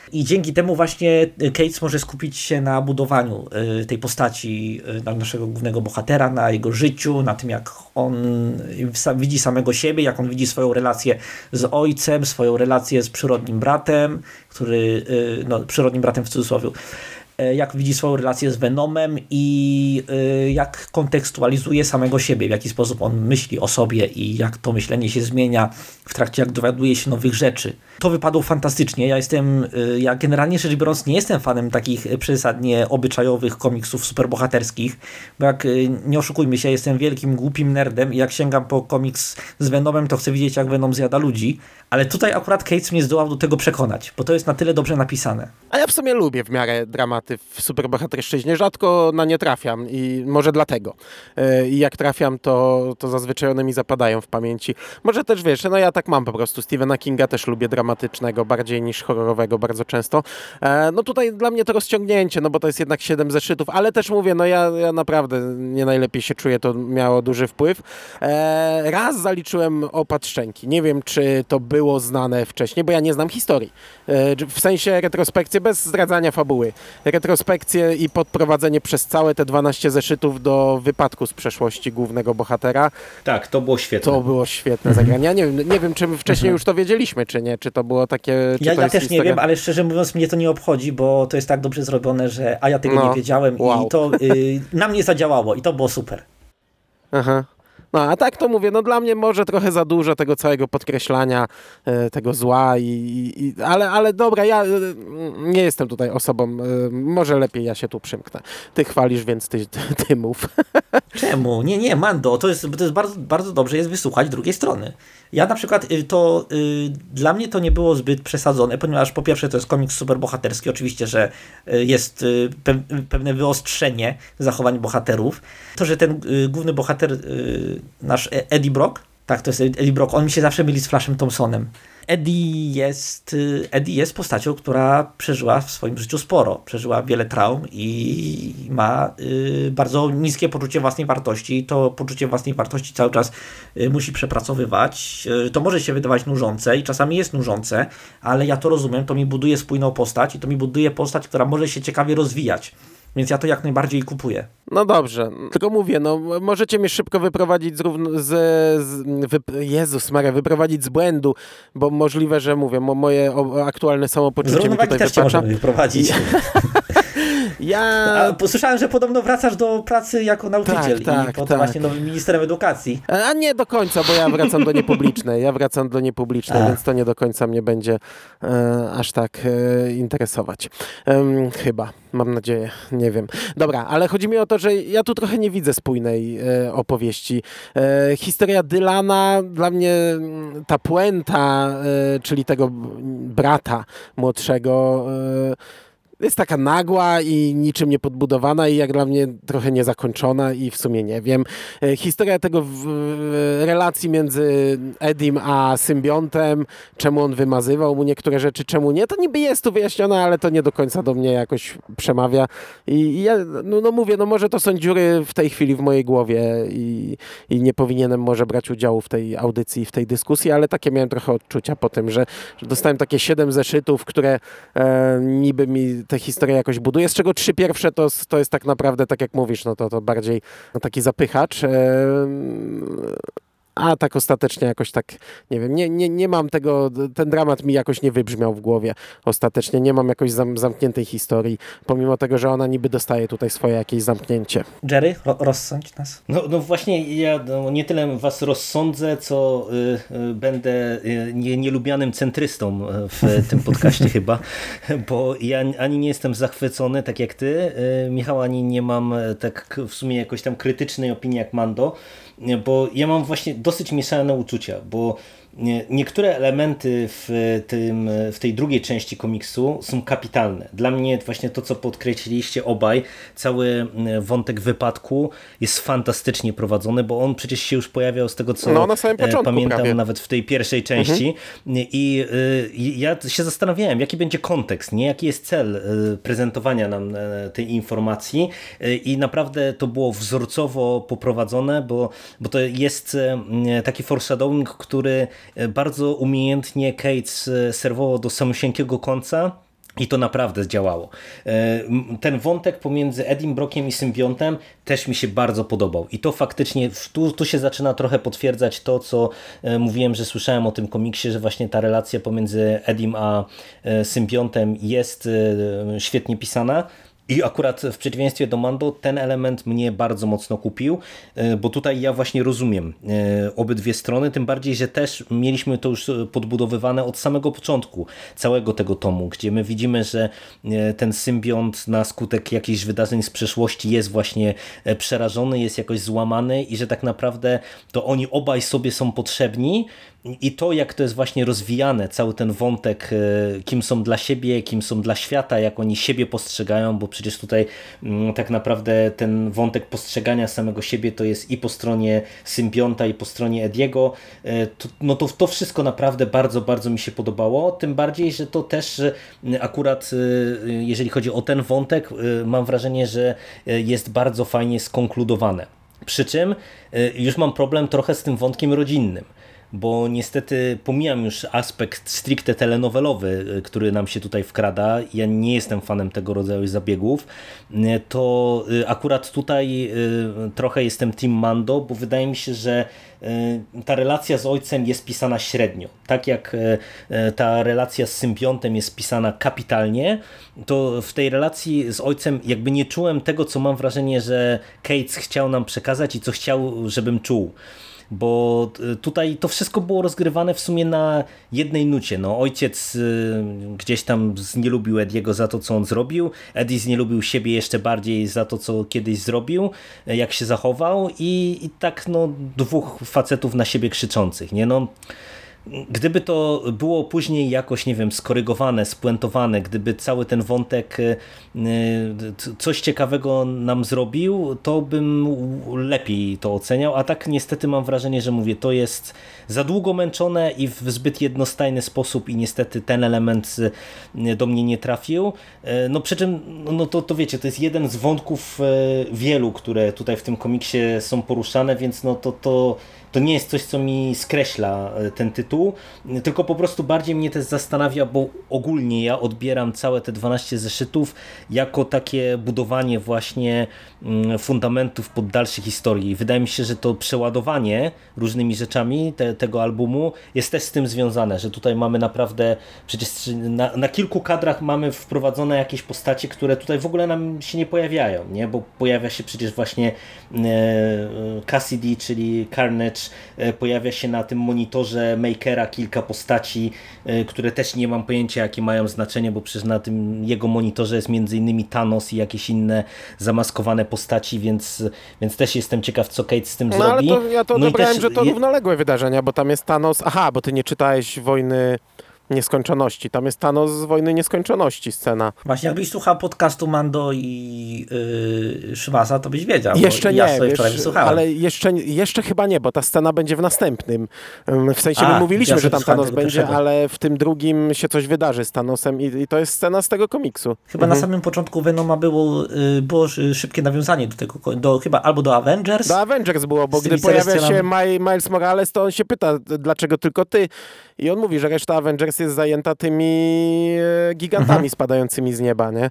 B: I dzięki temu właśnie Cates może skupić się na budowaniu tej postaci naszego głównego bohatera, na jego życiu, na tym jak on widzi samego siebie, jak on widzi swoją relację z ojcem, swoją relację z przyrodnim bratem, przyrodnim bratem w cudzysłowie, jak widzi swoją relację z Venomem i jak kontekstualizuje samego siebie, w jaki sposób on myśli o sobie i jak to myślenie się zmienia w trakcie, jak dowiaduje się nowych rzeczy. To wypadło fantastycznie. Ja generalnie rzecz biorąc nie jestem fanem takich przesadnie obyczajowych komiksów superbohaterskich, bo nie oszukujmy się, jestem wielkim, głupim nerdem i jak sięgam po komiks z Venomem, to chcę widzieć, jak Venom zjada ludzi, ale tutaj akurat Cates mnie zdołał do tego przekonać, bo to jest na tyle dobrze napisane.
E: A ja w sumie lubię w miarę dramaty w superbohaterszczyźnie, rzadko na nie trafiam i może dlatego. I jak trafiam, to zazwyczaj one mi zapadają w pamięci. Może też wiesz, no ja tak mam po prostu. Stephena Kinga też lubię dramatycznego, bardziej niż horrorowego bardzo często. No tutaj dla mnie to rozciągnięcie, no bo to jest jednak 7 zeszytów, ale też mówię, no ja naprawdę nie najlepiej się czuję, to miało duży wpływ. Raz zaliczyłem Opad Szczęki. Nie wiem, czy to było znane wcześniej, bo ja nie znam historii. W sensie retrospekcje bez zdradzania fabuły. Retrospekcje i podprowadzenie przez całe te 12 zeszytów do wypadku z przeszłości głównego bohatera.
C: Tak, to było świetne.
E: To było świetne zagranie. Ja nie wiem, czy wcześniej już to wiedzieliśmy, czy nie. Czy to było takie...
B: Ja też nie wiem, ale szczerze mówiąc mnie to nie obchodzi, bo to jest tak dobrze zrobione, że ja tego nie wiedziałem i to na mnie zadziałało i to było super.
E: Aha. No a tak to mówię, no dla mnie może trochę za dużo tego całego podkreślania, tego zła, ale dobra, ja nie jestem tutaj osobą, może lepiej ja się tu przymknę. Ty chwalisz, więc ty mów.
B: Czemu? Nie, Mando, to jest bardzo, bardzo dobrze jest wysłuchać drugiej strony. Ja na przykład dla mnie to nie było zbyt przesadzone, ponieważ po pierwsze to jest komiks superbohaterski, oczywiście, że jest pewne wyostrzenie zachowań bohaterów. To, że ten główny bohater, nasz Eddie Brock, tak, to jest Eddie Brock, on mi się zawsze myli z Flashem Thompsonem. Eddie jest postacią, która przeżyła w swoim życiu sporo. Przeżyła wiele traum i ma bardzo niskie poczucie własnej wartości. To poczucie własnej wartości cały czas musi przepracowywać. To może się wydawać nużące i czasami jest nużące, ale ja to rozumiem, to mi buduje spójną postać i to mi buduje postać, która może się ciekawie rozwijać. Więc ja to jak najbardziej kupuję.
E: No dobrze, tylko mówię, no możecie mnie szybko wyprowadzić Jezus Maria, wyprowadzić z błędu, bo możliwe, że mówię, moje aktualne samopoczucie mi tutaj
B: też cię możemy wyprowadzić.
E: Ja...
B: Słyszałem, że podobno wracasz do pracy jako nauczyciel i potem właśnie nowym ministrem edukacji.
E: A nie do końca, bo ja wracam do niepublicznej. Więc to nie do końca mnie będzie aż tak interesować. Chyba, mam nadzieję, nie wiem. Dobra, ale chodzi mi o to, że ja tu trochę nie widzę spójnej opowieści. Historia Dylana, dla mnie ta puenta, czyli tego brata młodszego, jest taka nagła i niczym nie podbudowana i jak dla mnie trochę niezakończona i w sumie nie wiem. Historia tego relacji między Edim a symbiontem, czemu on wymazywał mu niektóre rzeczy, czemu nie, to niby jest tu wyjaśnione, ale to nie do końca do mnie jakoś przemawia. I ja mówię, może to są dziury w tej chwili w mojej głowie i nie powinienem może brać udziału w tej audycji, w tej dyskusji, ale takie miałem trochę odczucia po tym, że dostałem takie 7 zeszytów, które niby mi tę historię jakoś buduje, z czego 3 pierwsze to jest tak naprawdę, tak jak mówisz, to bardziej taki zapychacz. A tak ostatecznie jakoś tak, nie wiem, nie mam tego, ten dramat mi jakoś nie wybrzmiał w głowie ostatecznie, nie mam jakoś zamkniętej historii, pomimo tego, że ona niby dostaje tutaj swoje jakieś zamknięcie.
B: Jerry, rozsądź nas.
C: No właśnie, ja nie tyle was rozsądzę, co będę nielubianym centrystą w tym podcaście chyba, bo ja ani nie jestem zachwycony, tak jak ty, Michał, ani nie mam tak w sumie jakoś tam krytycznej opinii jak Mando, bo ja mam właśnie dosyć mieszane uczucia, bo niektóre elementy w tej drugiej części komiksu są kapitalne. Dla mnie właśnie to, co podkreśliliście obaj, cały wątek wypadku jest fantastycznie prowadzony, bo on przecież się już pojawiał z tego, co
E: na samym początku
C: pamiętam
E: prawie.
C: nawet w tej pierwszej części. I ja się zastanawiałem, jaki będzie kontekst, nie? Jaki jest cel prezentowania nam tej informacji i naprawdę to było wzorcowo poprowadzone, bo to jest taki foreshadowing, który bardzo umiejętnie Cates serwował do samosieńkiego końca, I to naprawdę działało. Ten wątek pomiędzy Edim Brockiem i symbiontem też mi się bardzo podobał. I to faktycznie, tu się zaczyna trochę potwierdzać to, co mówiłem, że słyszałem o tym komiksie, że właśnie ta relacja pomiędzy Edim a symbiontem jest świetnie pisana. I akurat w przeciwieństwie do Mando ten element mnie bardzo mocno kupił, bo tutaj ja właśnie rozumiem obydwie strony, tym bardziej, że też mieliśmy to już podbudowywane od samego początku całego tego tomu, gdzie my widzimy, że ten symbiont na skutek jakichś wydarzeń z przeszłości jest właśnie przerażony, jest jakoś złamany i że tak naprawdę to oni obaj sobie są potrzebni. I to, jak to jest właśnie rozwijane, cały ten wątek, kim są dla siebie, kim są dla świata, jak oni siebie postrzegają, bo przecież tutaj tak naprawdę ten wątek postrzegania samego siebie to jest i po stronie symbionta, i po stronie Ediego. To wszystko naprawdę bardzo, bardzo mi się podobało. Tym bardziej, że to też akurat, jeżeli chodzi o ten wątek, mam wrażenie, że jest bardzo fajnie skonkludowane. Przy czym już mam problem trochę z tym wątkiem rodzinnym, bo niestety pomijam już aspekt stricte telenowelowy, który nam się tutaj wkrada. Ja nie jestem fanem tego rodzaju zabiegów. To akurat tutaj trochę jestem team Mando, bo wydaje mi się, że ta relacja z ojcem jest pisana średnio. Tak jak ta relacja z symbiontem jest pisana kapitalnie, to w tej relacji z ojcem jakby nie czułem tego, co mam wrażenie, że Cates chciał nam przekazać i co chciał, żebym czuł. Bo tutaj to wszystko było rozgrywane w sumie na jednej nucie. No, ojciec gdzieś tam znielubił Ediego za to, co on zrobił. Eddie znielubił siebie jeszcze bardziej za to, co kiedyś zrobił, jak się zachował i tak no, dwóch facetów na siebie krzyczących. Nie? No, gdyby to było później jakoś, nie wiem, skorygowane, spuentowane, gdyby cały ten wątek coś ciekawego nam zrobił, to bym lepiej to oceniał, a tak niestety mam wrażenie, że mówię, to jest za długo męczone i w zbyt jednostajny sposób i niestety ten element do mnie nie trafił. No przy czym, no to wiecie, to jest jeden z wątków wielu, które tutaj w tym komiksie są poruszane, więc no to nie jest coś, co mi skreśla ten tytuł, tylko po prostu bardziej mnie też zastanawia, bo ogólnie ja odbieram całe te 12 zeszytów jako takie budowanie właśnie fundamentów pod dalsze historii. Wydaje mi się, że to przeładowanie różnymi rzeczami tego albumu jest też z tym związane, że tutaj mamy naprawdę, przecież na kilku kadrach mamy wprowadzone jakieś postacie, które tutaj w ogóle nam się nie pojawiają, nie? Bo pojawia się przecież właśnie Cassidy, czyli Carnage, pojawia się na tym monitorze Makera kilka postaci, które też nie mam pojęcia, jakie mają znaczenie, bo przecież na tym jego monitorze jest między innymi Thanos i jakieś inne zamaskowane postaci, więc też jestem ciekaw, co Kate z tym zrobi.
E: Ale ja to
C: no
E: odebrałem, że to równoległe wydarzenia, bo tam jest Thanos, bo ty nie czytałeś Wojny Nieskończoności. Tam jest Thanos z Wojny Nieskończoności scena.
B: Właśnie jakbyś słuchał podcastu Mando i Szymasa, to byś wiedział.
E: Jeszcze nie,
B: ja sobie
E: wiesz,
B: wczoraj wysłuchałem.
E: ale jeszcze chyba nie, bo ta scena będzie w następnym. W sensie my mówiliśmy,
B: ja
E: że tam Thanos
B: tego
E: będzie,
B: pierwszego.
E: ale w tym drugim się coś wydarzy z Thanosem i to jest scena z tego komiksu.
B: Chyba na samym początku Venoma było szybkie nawiązanie do tego, chyba albo do Avengers.
E: Do Avengers było, bo
B: Z
E: gdy
B: tymi
E: pojawia się
B: celestialami.
E: Miles Morales, to on się pyta, dlaczego tylko ty? I on mówi, że reszta Avengers jest zajęta tymi gigantami spadającymi z nieba, nie?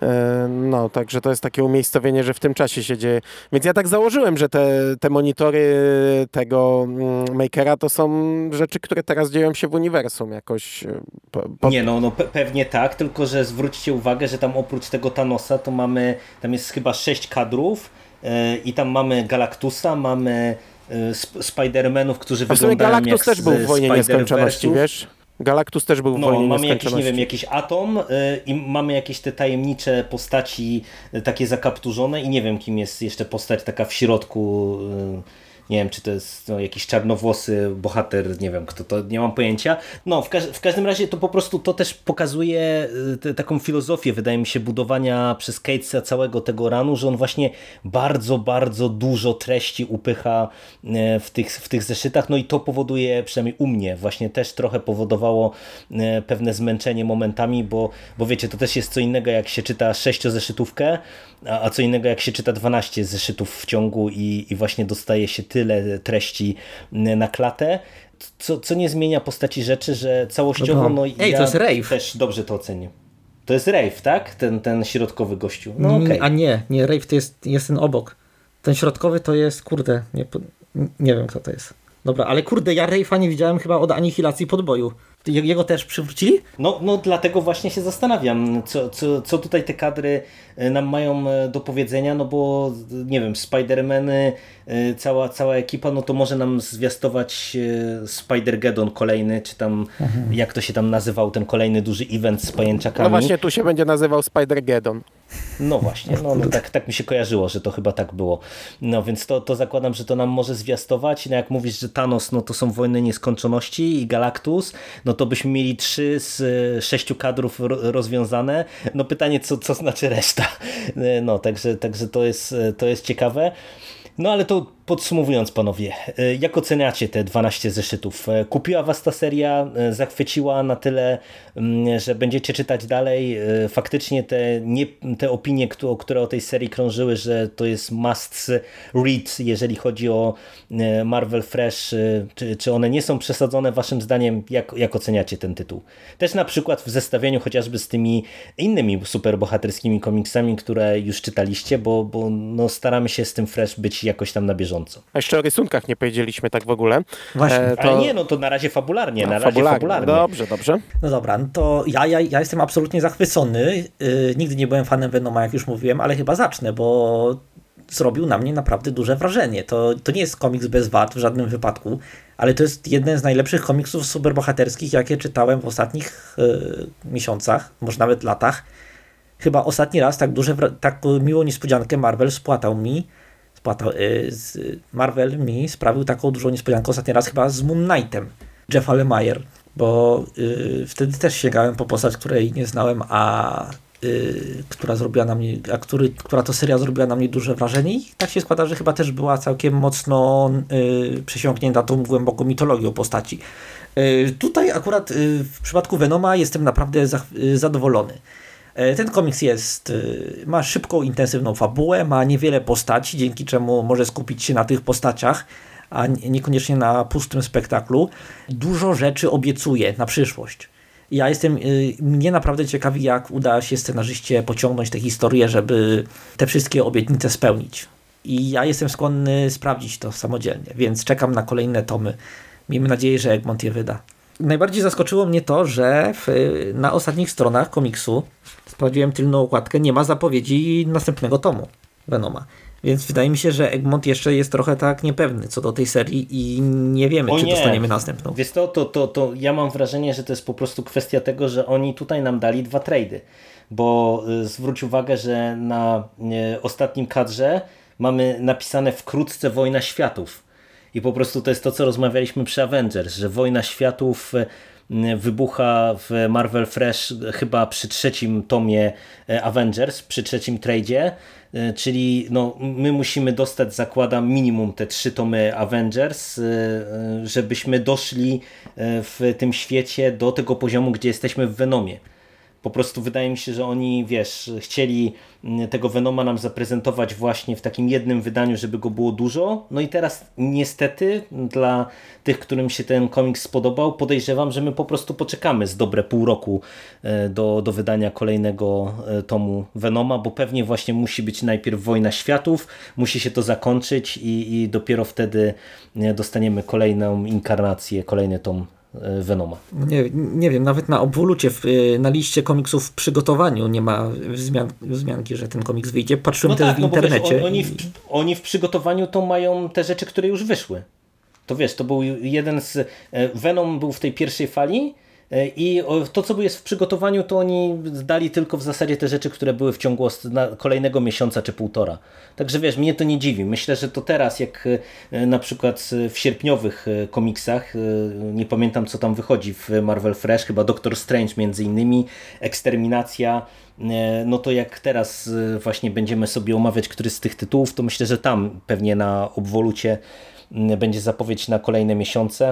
E: No, także to jest takie umiejscowienie, że w tym czasie się dzieje. Więc ja tak założyłem, że te monitory tego Makera to są rzeczy, które teraz dzieją się w uniwersum jakoś.
C: Nie, pewnie tak, tylko że zwróćcie uwagę, że tam oprócz tego Thanosa to tam jest chyba 6 kadrów i tam mamy Galactusa, mamy Spider-Manów, którzy
E: A w sumie
C: wyglądają
E: Galactus
C: jak
E: też był w Wojnie Nieskończoności,
C: Spider-Versów.
E: wiesz? Galactus też był w Wojnie
C: mamy jakiś,
E: Nieskończoności.
C: nie wiem, jakiś atom i mamy jakieś te tajemnicze postaci takie zakapturzone i nie wiem, kim jest jeszcze postać taka w środku. Nie wiem, czy to jest jakiś czarnowłosy bohater, nie wiem kto to, nie mam pojęcia. No, w każdym razie to po prostu to też pokazuje taką filozofię, wydaje mi się, budowania przez Catesa całego tego runu, że on właśnie bardzo, bardzo dużo treści upycha w tych zeszytach, no i to powoduje, przynajmniej u mnie, właśnie też trochę powodowało pewne zmęczenie momentami, bo wiecie, to też jest co innego, jak się czyta 6-zeszytówkę, a co innego, jak się czyta 12 zeszytów w ciągu i właśnie dostaje się tyle treści na klatę, co nie zmienia postaci rzeczy, że całościowo
A: to jest rave.
C: też dobrze to ocenię. To jest Rave, tak? Ten środkowy gościu. No okej.
B: A nie, Rave to jest ten obok. Ten środkowy to jest, kurde, nie wiem kto to jest. Dobra, ale kurde, ja Rave'a nie widziałem chyba od Anihilacji Podboju. Jego też przywrócili?
C: No dlatego właśnie się zastanawiam, co tutaj te kadry nam mają do powiedzenia, no bo nie wiem, Spider-Many, cała ekipa, no to może nam zwiastować Spider-Geddon kolejny, czy tam jak to się tam nazywał, ten kolejny duży event z pajęczakami.
E: No właśnie tu się będzie nazywał Spider-Geddon.
C: No właśnie, no tak mi się kojarzyło, że to chyba tak było. No więc to zakładam, że to nam może zwiastować. No jak mówisz, że Thanos, no to są Wojny Nieskończoności i Galactus, no to byśmy mieli 3 z 6 kadrów rozwiązane. No pytanie, co znaczy reszta. No także to jest ciekawe. No ale to podsumowując, panowie, jak oceniacie te 12 zeszytów? Kupiła was ta seria, zachwyciła na tyle, że będziecie czytać dalej? Faktycznie te opinie, które o tej serii krążyły, że to jest must read, jeżeli chodzi o Marvel Fresh, czy one nie są przesadzone waszym zdaniem? Jak oceniacie ten tytuł? Też na przykład w zestawieniu chociażby z tymi innymi superbohaterskimi komiksami, które już czytaliście, bo no staramy się z tym Fresh być jakoś tam na bieżąco.
E: A jeszcze o rysunkach nie powiedzieliśmy tak w ogóle.
B: Właśnie.
C: Ale nie, no to na razie fabularnie. Fabularnie.
E: Dobrze.
B: No dobra, no to ja jestem absolutnie zachwycony. Nigdy nie byłem fanem Venoma, jak już mówiłem, ale chyba zacznę, bo zrobił na mnie naprawdę duże wrażenie. To nie jest komiks bez wad w żadnym wypadku, ale to jest jeden z najlepszych komiksów superbohaterskich, jakie czytałem w ostatnich miesiącach, może nawet latach. Chyba ostatni raz tak miłą niespodziankę Marvel mi sprawił taką dużą niespodziankę ostatni raz chyba z Moon Knightem, Jeffa Lemire, bo wtedy też sięgałem po postać, której nie znałem, która to seria zrobiła na mnie duże wrażenie i tak się składa, że chyba też była całkiem mocno przesiąknięta tą głęboką mitologią postaci. Tutaj akurat w przypadku Venoma jestem naprawdę zadowolony. Ten komiks ma szybką, intensywną fabułę, ma niewiele postaci, dzięki czemu może skupić się na tych postaciach, a niekoniecznie na pustym spektaklu. Dużo rzeczy obiecuje na przyszłość. Mnie naprawdę ciekawi, jak uda się scenarzyście pociągnąć tę historię, żeby te wszystkie obietnice spełnić. I ja jestem skłonny sprawdzić to samodzielnie, więc czekam na kolejne tomy. Miejmy nadzieję, że Egmont je wyda. Najbardziej zaskoczyło mnie to, że na ostatnich stronach komiksu, sprawdziłem tylną okładkę, nie ma zapowiedzi następnego tomu Venoma. Więc wydaje mi się, że Egmont jeszcze jest trochę tak niepewny co do tej serii i nie wiemy, czy dostaniemy następną.
C: Wiesz to ja mam wrażenie, że to jest po prostu kwestia tego, że oni tutaj nam dali 2 trady, bo zwróć uwagę, że na ostatnim kadrze mamy napisane wkrótce Wojna Światów. I po prostu to jest to, co rozmawialiśmy przy Avengers, że Wojna Światów wybucha w Marvel Fresh chyba przy 3. tomie Avengers, przy 3. tradzie, czyli no, my musimy dostać, zakładam, minimum te 3 tomy Avengers, żebyśmy doszli w tym świecie do tego poziomu, gdzie jesteśmy w Venomie. Po prostu wydaje mi się, że oni, chcieli tego Venoma nam zaprezentować właśnie w takim jednym wydaniu, żeby go było dużo. No i teraz niestety dla tych, którym się ten komiks spodobał, podejrzewam, że my po prostu poczekamy z dobre pół roku do wydania kolejnego tomu Venoma, bo pewnie właśnie musi być najpierw Wojna Światów, musi się to zakończyć i dopiero wtedy dostaniemy kolejną inkarnację, kolejny tom Venoma.
B: Nie wiem, nawet na obwolucie, na liście komiksów w przygotowaniu nie ma wzmianki, że ten komiks wyjdzie. Patrzyłem też w internecie.
C: Bo oni w przygotowaniu to mają te rzeczy, które już wyszły. To to był jeden z... Venom był w tej pierwszej fali i to, co jest w przygotowaniu, to oni dali tylko w zasadzie te rzeczy, które były w ciągu kolejnego miesiąca czy półtora. Także mnie to nie dziwi. Myślę, że to teraz, jak na przykład w sierpniowych komiksach, nie pamiętam, co tam wychodzi w Marvel Fresh, chyba Doctor Strange między innymi, Eksterminacja, no to jak teraz właśnie będziemy sobie omawiać któryś z tych tytułów, to myślę, że tam pewnie na obwolucie będzie zapowiedź na kolejne miesiące.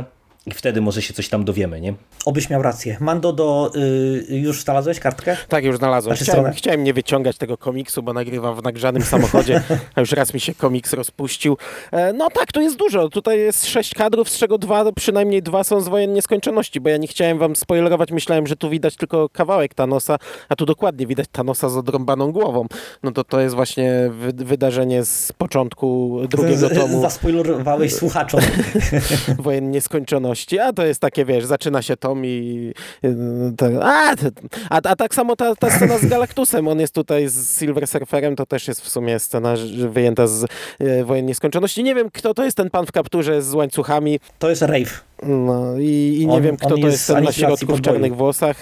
C: i wtedy może się coś tam dowiemy, nie?
B: Obyś miał rację. Mando, już znalazłeś kartkę?
E: Tak, już znalazłem. Chciałem nie wyciągać tego komiksu, bo nagrywam w nagrzanym samochodzie, a już raz mi się komiks rozpuścił. No tak, tu jest dużo. Tutaj jest 6 kadrów, z czego przynajmniej dwa są z Wojen Nieskończoności, bo ja nie chciałem wam spoilerować, myślałem, że tu widać tylko kawałek Thanosa, a tu dokładnie widać Thanosa z odrąbaną głową. No to jest właśnie wydarzenie z początku drugiego tomu.
B: Zaspoilerowałeś słuchaczom.
E: Wojen Nieskończoności, a to jest takie, wiesz, zaczyna się tom i a tak samo ta scena z Galactusem, on jest tutaj z Silver Surferem, to też jest w sumie scena wyjęta z Wojen Nieskończoności. Nie wiem, kto to jest ten pan w kapturze z łańcuchami.
B: To jest Rave.
E: No i nie wiem, kto to jest ten na środku w czarnych włosach,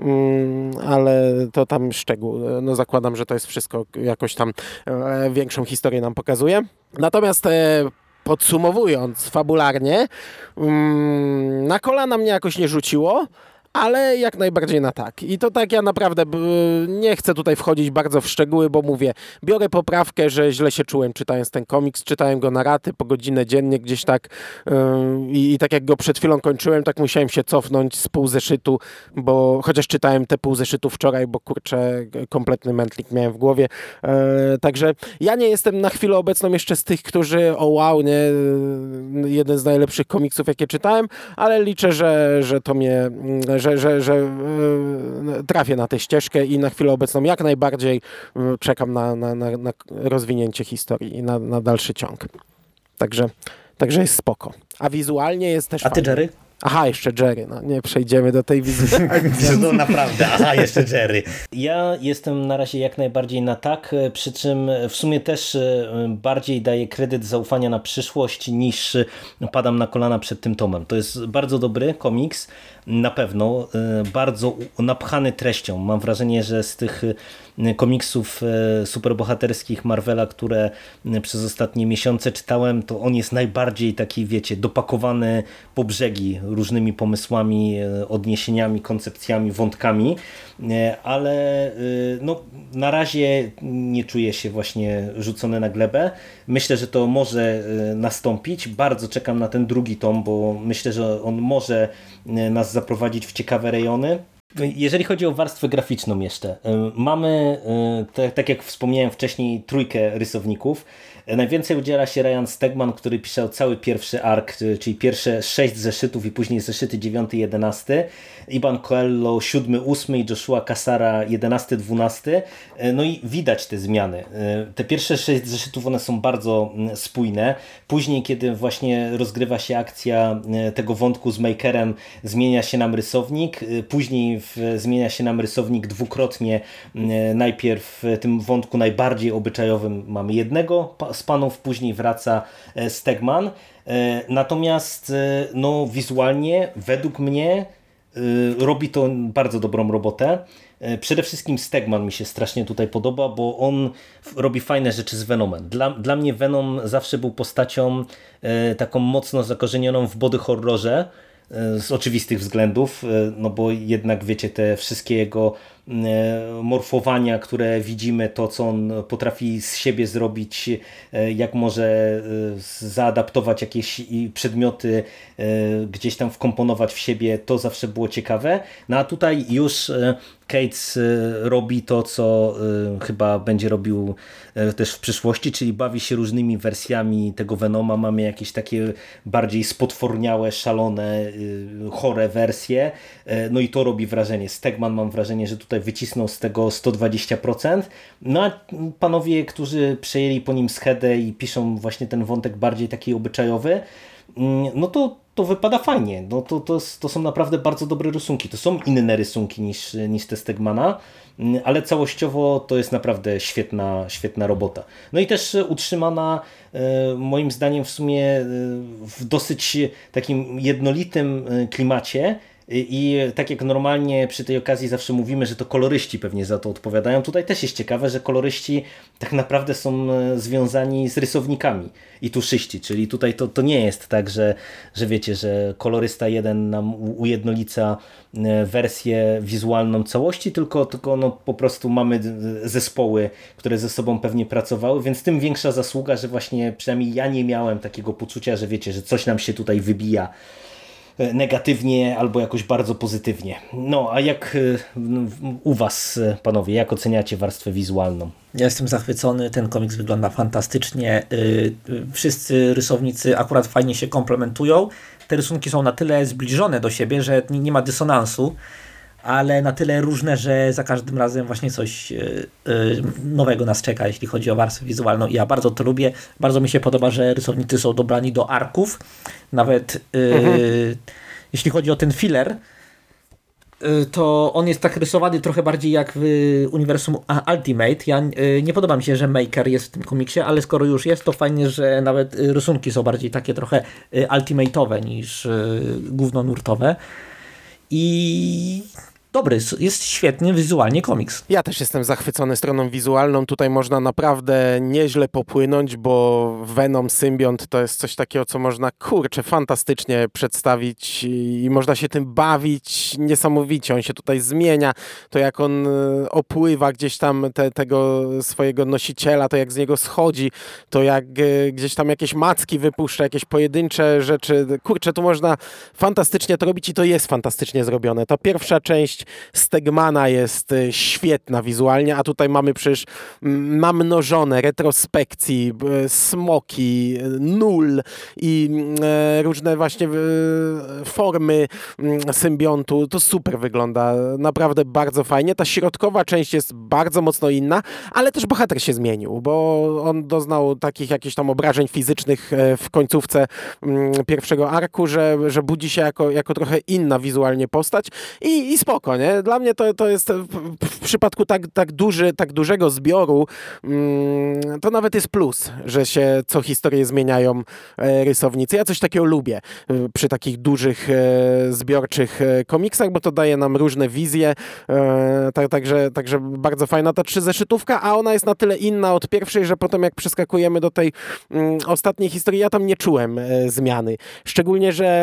E: ale to tam szczegół. No zakładam, że to jest wszystko jakoś tam większą historię nam pokazuje. Natomiast podsumowując fabularnie, na kolana mnie jakoś nie rzuciło, ale jak najbardziej na tak. I to tak ja naprawdę nie chcę tutaj wchodzić bardzo w szczegóły, bo mówię, biorę poprawkę, że źle się czułem czytając ten komiks, czytałem go na raty po godzinę dziennie gdzieś tak i tak jak go przed chwilą kończyłem, tak musiałem się cofnąć z pół zeszytu, bo chociaż czytałem te pół zeszytu wczoraj, bo kurczę, kompletny mętlik miałem w głowie. Także ja nie jestem na chwilę obecną jeszcze z tych, którzy wow, nie, jeden z najlepszych komiksów, jakie czytałem, ale liczę, że to mnie że trafię na tę ścieżkę i na chwilę obecną jak najbardziej czekam na rozwinięcie historii i na dalszy ciąg. Także jest spoko. A wizualnie jest też
B: A ty,
E: fajnie.
B: Jerry?
E: Aha, jeszcze Jerry. No, nie przejdziemy do tej wizualnej.
C: No naprawdę, aha, jeszcze Jerry. Ja jestem na razie jak najbardziej na tak, przy czym w sumie też bardziej daję kredyt zaufania na przyszłość niż padam na kolana przed tym tomem. To jest bardzo dobry komiks, na pewno, bardzo napchany treścią. Mam wrażenie, że z tych komiksów superbohaterskich Marvela, które przez ostatnie miesiące czytałem, to on jest najbardziej taki, wiecie, dopakowany po brzegi różnymi pomysłami, odniesieniami, koncepcjami, wątkami, ale no, na razie nie czuję się właśnie rzucony na glebę. Myślę, że to może nastąpić. Bardzo czekam na ten drugi tom, bo myślę, że on może nas zaprowadzić w ciekawe rejony. Jeżeli chodzi o warstwę graficzną jeszcze, mamy, tak jak wspomniałem wcześniej, trójkę rysowników. Najwięcej udziela się Ryan Stegman, który pisał cały pierwszy ark, czyli pierwsze 6 zeszytów i później zeszyty 9 i 11. Iban Coelho 7, 8 i Joshua Cassara 11, 12. No i widać te zmiany. Te pierwsze 6 zeszytów, one są bardzo spójne. Później, kiedy właśnie rozgrywa się akcja tego wątku z Makerem, zmienia się nam rysownik. Później zmienia się nam rysownik dwukrotnie. Najpierw w tym wątku najbardziej obyczajowym mamy jednego z panów, później wraca Stegman. Natomiast no, wizualnie według mnie robi to bardzo dobrą robotę. Przede wszystkim Stegman mi się strasznie tutaj podoba, bo on robi fajne rzeczy z Venomem. Dla mnie Venom zawsze był postacią taką mocno zakorzenioną w body horrorze, z oczywistych względów, no bo jednak wiecie, te wszystkie jego morfowania, które widzimy, to co on potrafi z siebie zrobić, jak może zaadaptować jakieś przedmioty, gdzieś tam wkomponować w siebie, to zawsze było ciekawe. No a tutaj już Cates robi to, co chyba będzie robił też w przyszłości, czyli bawi się różnymi wersjami tego Venoma. Mamy jakieś takie bardziej spotworniałe, szalone, chore wersje. No i to robi wrażenie. Stegman, mam wrażenie, że tutaj wycisnął z tego 120%. No a panowie, którzy przejęli po nim schedę i piszą właśnie ten wątek bardziej taki obyczajowy, no to wypada fajnie. No to są naprawdę bardzo dobre rysunki. To są inne rysunki niż te Stegmana, ale całościowo to jest naprawdę świetna robota. No i też utrzymana moim zdaniem w sumie w dosyć takim jednolitym klimacie. I tak jak normalnie przy tej okazji zawsze mówimy, że to koloryści pewnie za to odpowiadają, tutaj też jest ciekawe, że koloryści tak naprawdę są związani z rysownikami i tuszyści, czyli tutaj to nie jest tak, że wiecie, że kolorysta jeden nam ujednolica wersję wizualną całości, tylko no, po prostu mamy zespoły, które ze sobą pewnie pracowały, więc tym większa zasługa, że właśnie przynajmniej ja nie miałem takiego poczucia, że wiecie, że coś nam się tutaj wybija negatywnie, albo jakoś bardzo pozytywnie. No, a jak u was, panowie, jak oceniacie warstwę wizualną?
B: Ja jestem zachwycony, ten komiks wygląda fantastycznie. Wszyscy rysownicy akurat fajnie się komplementują. Te rysunki są na tyle zbliżone do siebie, że nie ma dysonansu, ale na tyle różne, że za każdym razem właśnie coś nowego nas czeka, jeśli chodzi o warstwę wizualną. I ja bardzo to lubię. Bardzo mi się podoba, że rysownicy są dobrani do arków. Nawet jeśli chodzi o ten filler, to on jest tak rysowany trochę bardziej jak w uniwersum Ultimate. Nie podoba mi się, że Maker jest w tym komiksie, ale skoro już jest, to fajnie, że nawet rysunki są bardziej takie trochę ultimate'owe niż głównonurtowe. I dobry, jest świetny wizualnie komiks.
E: Ja też jestem zachwycony stroną wizualną. Tutaj można naprawdę nieźle popłynąć, bo Venom Symbiont to jest coś takiego, co można, fantastycznie przedstawić i można się tym bawić niesamowicie. On się tutaj zmienia, to jak on opływa gdzieś tam tego swojego nosiciela, to jak z niego schodzi, to jak gdzieś tam jakieś macki wypuszcza, jakieś pojedyncze rzeczy. Tu można fantastycznie to robić i to jest fantastycznie zrobione. Ta pierwsza część Stegmana jest świetna wizualnie, a tutaj mamy przecież namnożone retrospekcji, smoki, nul i różne właśnie formy symbiontu. To super wygląda, naprawdę bardzo fajnie. Ta środkowa część jest bardzo mocno inna, ale też bohater się zmienił, bo on doznał takich jakichś tam obrażeń fizycznych w końcówce pierwszego arku, że budzi się jako trochę inna wizualnie postać i spoko, nie? Dla mnie to jest w przypadku tak dużego zbioru to nawet jest plus, że się co historię zmieniają rysownicy. Ja coś takiego lubię przy takich dużych zbiorczych komiksach, bo to daje nam różne wizje. Także bardzo fajna ta 3-zeszytówka, a ona jest na tyle inna od pierwszej, że potem jak przeskakujemy do tej ostatniej historii, ja tam nie czułem zmiany. Szczególnie, że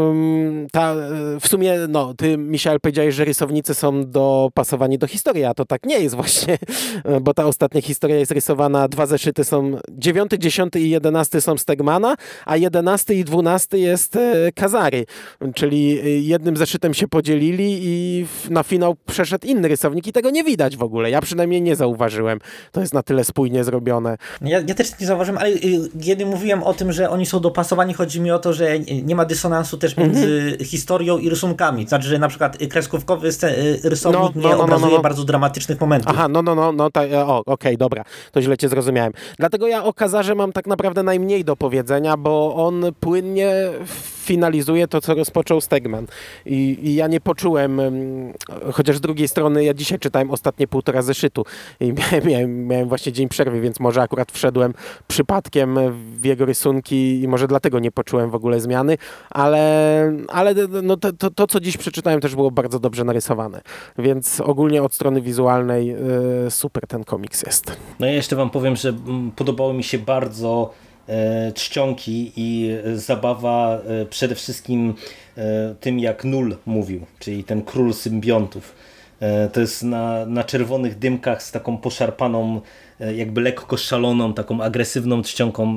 E: w sumie, ty, Michael, powiedziałeś, że rysownicy są dopasowani do historii, a to tak nie jest właśnie, bo ta ostatnia historia jest rysowana, 2 zeszyty są 9, 10 i 11 są Stegmana, a 11 i 12 jest Kazary, czyli jednym zeszytem się podzielili i na finał przeszedł inny rysownik i tego nie widać w ogóle. Ja przynajmniej nie zauważyłem. To jest na tyle spójnie zrobione.
B: Ja też nie zauważyłem, ale kiedy mówiłem o tym, że oni są dopasowani, chodzi mi o to, że nie ma dysonansu też między historią i rysunkami. Znaczy, że na przykład kreskówkowy rysownik nie obrazuje bardzo dramatycznych momentów.
E: Aha, okej, dobra, to źle cię zrozumiałem. Dlatego ja o Kazarze mam tak naprawdę najmniej do powiedzenia, bo on płynnie finalizuje to, co rozpoczął Stegman. I ja nie poczułem, chociaż z drugiej strony ja dzisiaj czytałem ostatnie 1,5 zeszytu i miałem właśnie dzień przerwy, więc może akurat wszedłem przypadkiem w jego rysunki i może dlatego nie poczułem w ogóle zmiany, ale to, co dziś przeczytałem, też było bardzo dobrze narysowane. Więc ogólnie od strony wizualnej super ten komiks jest.
C: No ja jeszcze wam powiem, że podobało mi się bardzo czcionki i zabawa przede wszystkim tym, jak Nul mówił, czyli ten król symbiontów. To jest na czerwonych dymkach z taką poszarpaną, jakby lekko szaloną, taką agresywną czcionką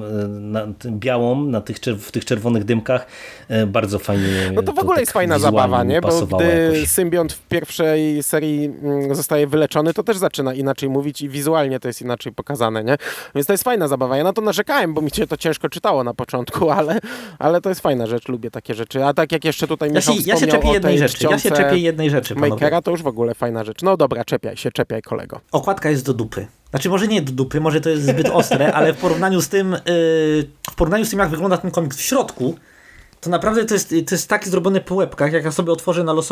C: białą w tych czerwonych dymkach. Bardzo fajnie.
E: No to w ogóle jest fajna zabawa, nie? Bo gdy symbiont w pierwszej serii zostaje wyleczony, to też zaczyna inaczej mówić i wizualnie to jest inaczej pokazane, nie? Więc to jest fajna zabawa. Ja na to narzekałem, bo mi się to ciężko czytało na początku, ale to jest fajna rzecz, lubię takie rzeczy. A tak jak jeszcze tutaj Michał wspomniał o tej
B: Ja się czepię jednej rzeczy,
E: Makera, to już w ogóle fajna rzecz. No dobra, czepiaj kolego.
B: Okładka jest do dupy. Znaczy może nie do dupy, może to jest zbyt ostre, ale w porównaniu z tym jak wygląda ten komiks w środku, to naprawdę to jest tak zrobione po łebkach, jak ja sobie otworzę na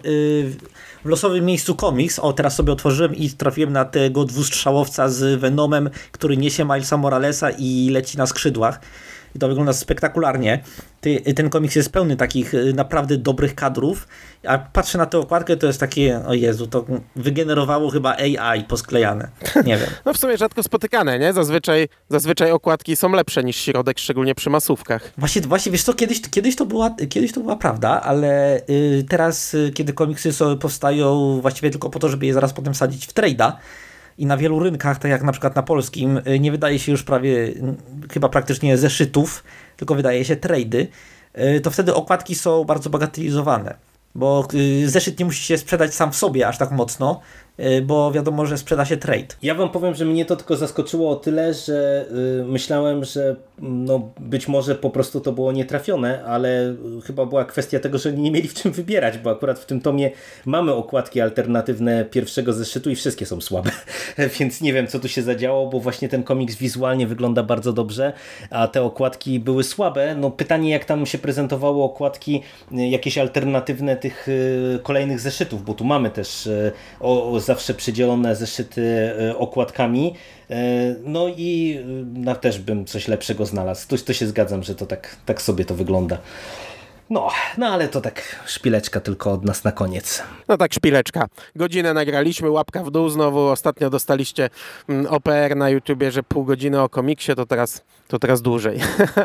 B: w losowym miejscu komiks, teraz sobie otworzyłem i trafiłem na tego dwustrzałowca z Venomem, który niesie Milesa Moralesa i leci na skrzydłach. I to wygląda spektakularnie. Ten komiks jest pełny takich naprawdę dobrych kadrów, a patrzę na tę okładkę, to jest takie, o Jezu, to wygenerowało chyba AI posklejane. Nie wiem.
E: No w sumie rzadko spotykane, nie? Zazwyczaj okładki są lepsze niż środek, szczególnie przy masówkach.
B: Właśnie wiesz co, kiedyś to była prawda, ale teraz, kiedy komiksy sobie powstają właściwie tylko po to, żeby je zaraz potem wsadzić w trade'a, i na wielu rynkach, tak jak na przykład na polskim, nie wydaje się już chyba praktycznie zeszytów, tylko wydaje się trade'y, to wtedy okładki są bardzo bagatelizowane. Bo zeszyt nie musi się sprzedać sam w sobie aż tak mocno, bo wiadomo, że sprzeda się trade.
C: Ja wam powiem, że mnie to tylko zaskoczyło o tyle, że myślałem, że no być może po prostu to było nietrafione, ale chyba była kwestia tego, że nie mieli w czym wybierać, bo akurat w tym tomie mamy okładki alternatywne pierwszego zeszytu i wszystkie są słabe, więc nie wiem, co tu się zadziało, bo właśnie ten komiks wizualnie wygląda bardzo dobrze, a te okładki były słabe. No pytanie, jak tam się prezentowały okładki jakieś alternatywne tych kolejnych zeszytów, bo tu mamy też zawsze przydzielone zeszyty okładkami, no i też bym coś lepszego znalazł. To się zgadzam, że to tak sobie to wygląda. No ale to tak szpileczka tylko od nas na koniec.
E: No tak, szpileczka. Godzinę nagraliśmy, łapka w dół znowu. Ostatnio dostaliście OPR na YouTubie, że pół godziny o komiksie, to teraz dłużej.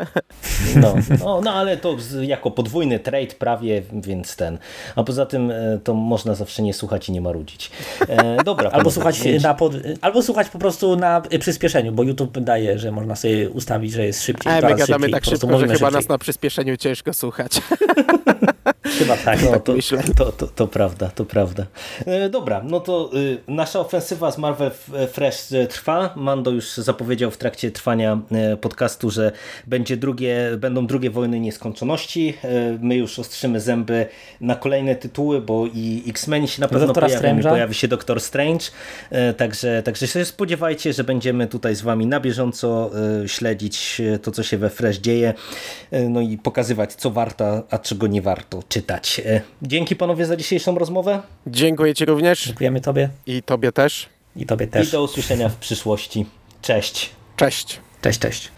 C: No ale to jako podwójny trade prawie, więc a poza tym to można zawsze nie słuchać i nie marudzić. Dobra.
B: Albo słuchać po prostu na przyspieszeniu, bo YouTube daje, że można sobie ustawić, że jest szybciej.
E: My gadamy
B: szybciej,
E: tak szybko, że chyba nas na przyspieszeniu ciężko słuchać.
B: Chyba tak.
E: No, tak myślę.
C: To prawda. Dobra, no to nasza ofensywa z Marvel Fresh trwa. Mando już zapowiedział w trakcie trwania podcastu, że będą drugie Wojny Nieskończoności. My już ostrzymy zęby na kolejne tytuły, bo i X-Men się na pewno pojawi się Doktor Strange. Także się spodziewajcie, że będziemy tutaj z wami na bieżąco śledzić to, co się we Fresh dzieje, no i pokazywać, co warto, a czego nie warto czytać. Dzięki panowie za dzisiejszą rozmowę.
E: Dziękuję ci również.
B: Dziękujemy tobie.
E: I tobie też.
B: I tobie też.
C: I do usłyszenia w przyszłości. Cześć.
E: Cześć.
B: Cześć.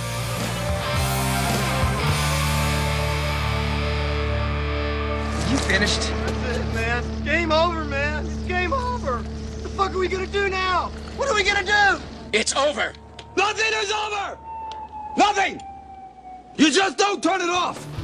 D: You finished? That's it, man. Game over, man. It's game over. What the fuck are we gonna do now? What are we gonna do?
F: It's over. Nothing is over. Nothing. You just don't turn it off.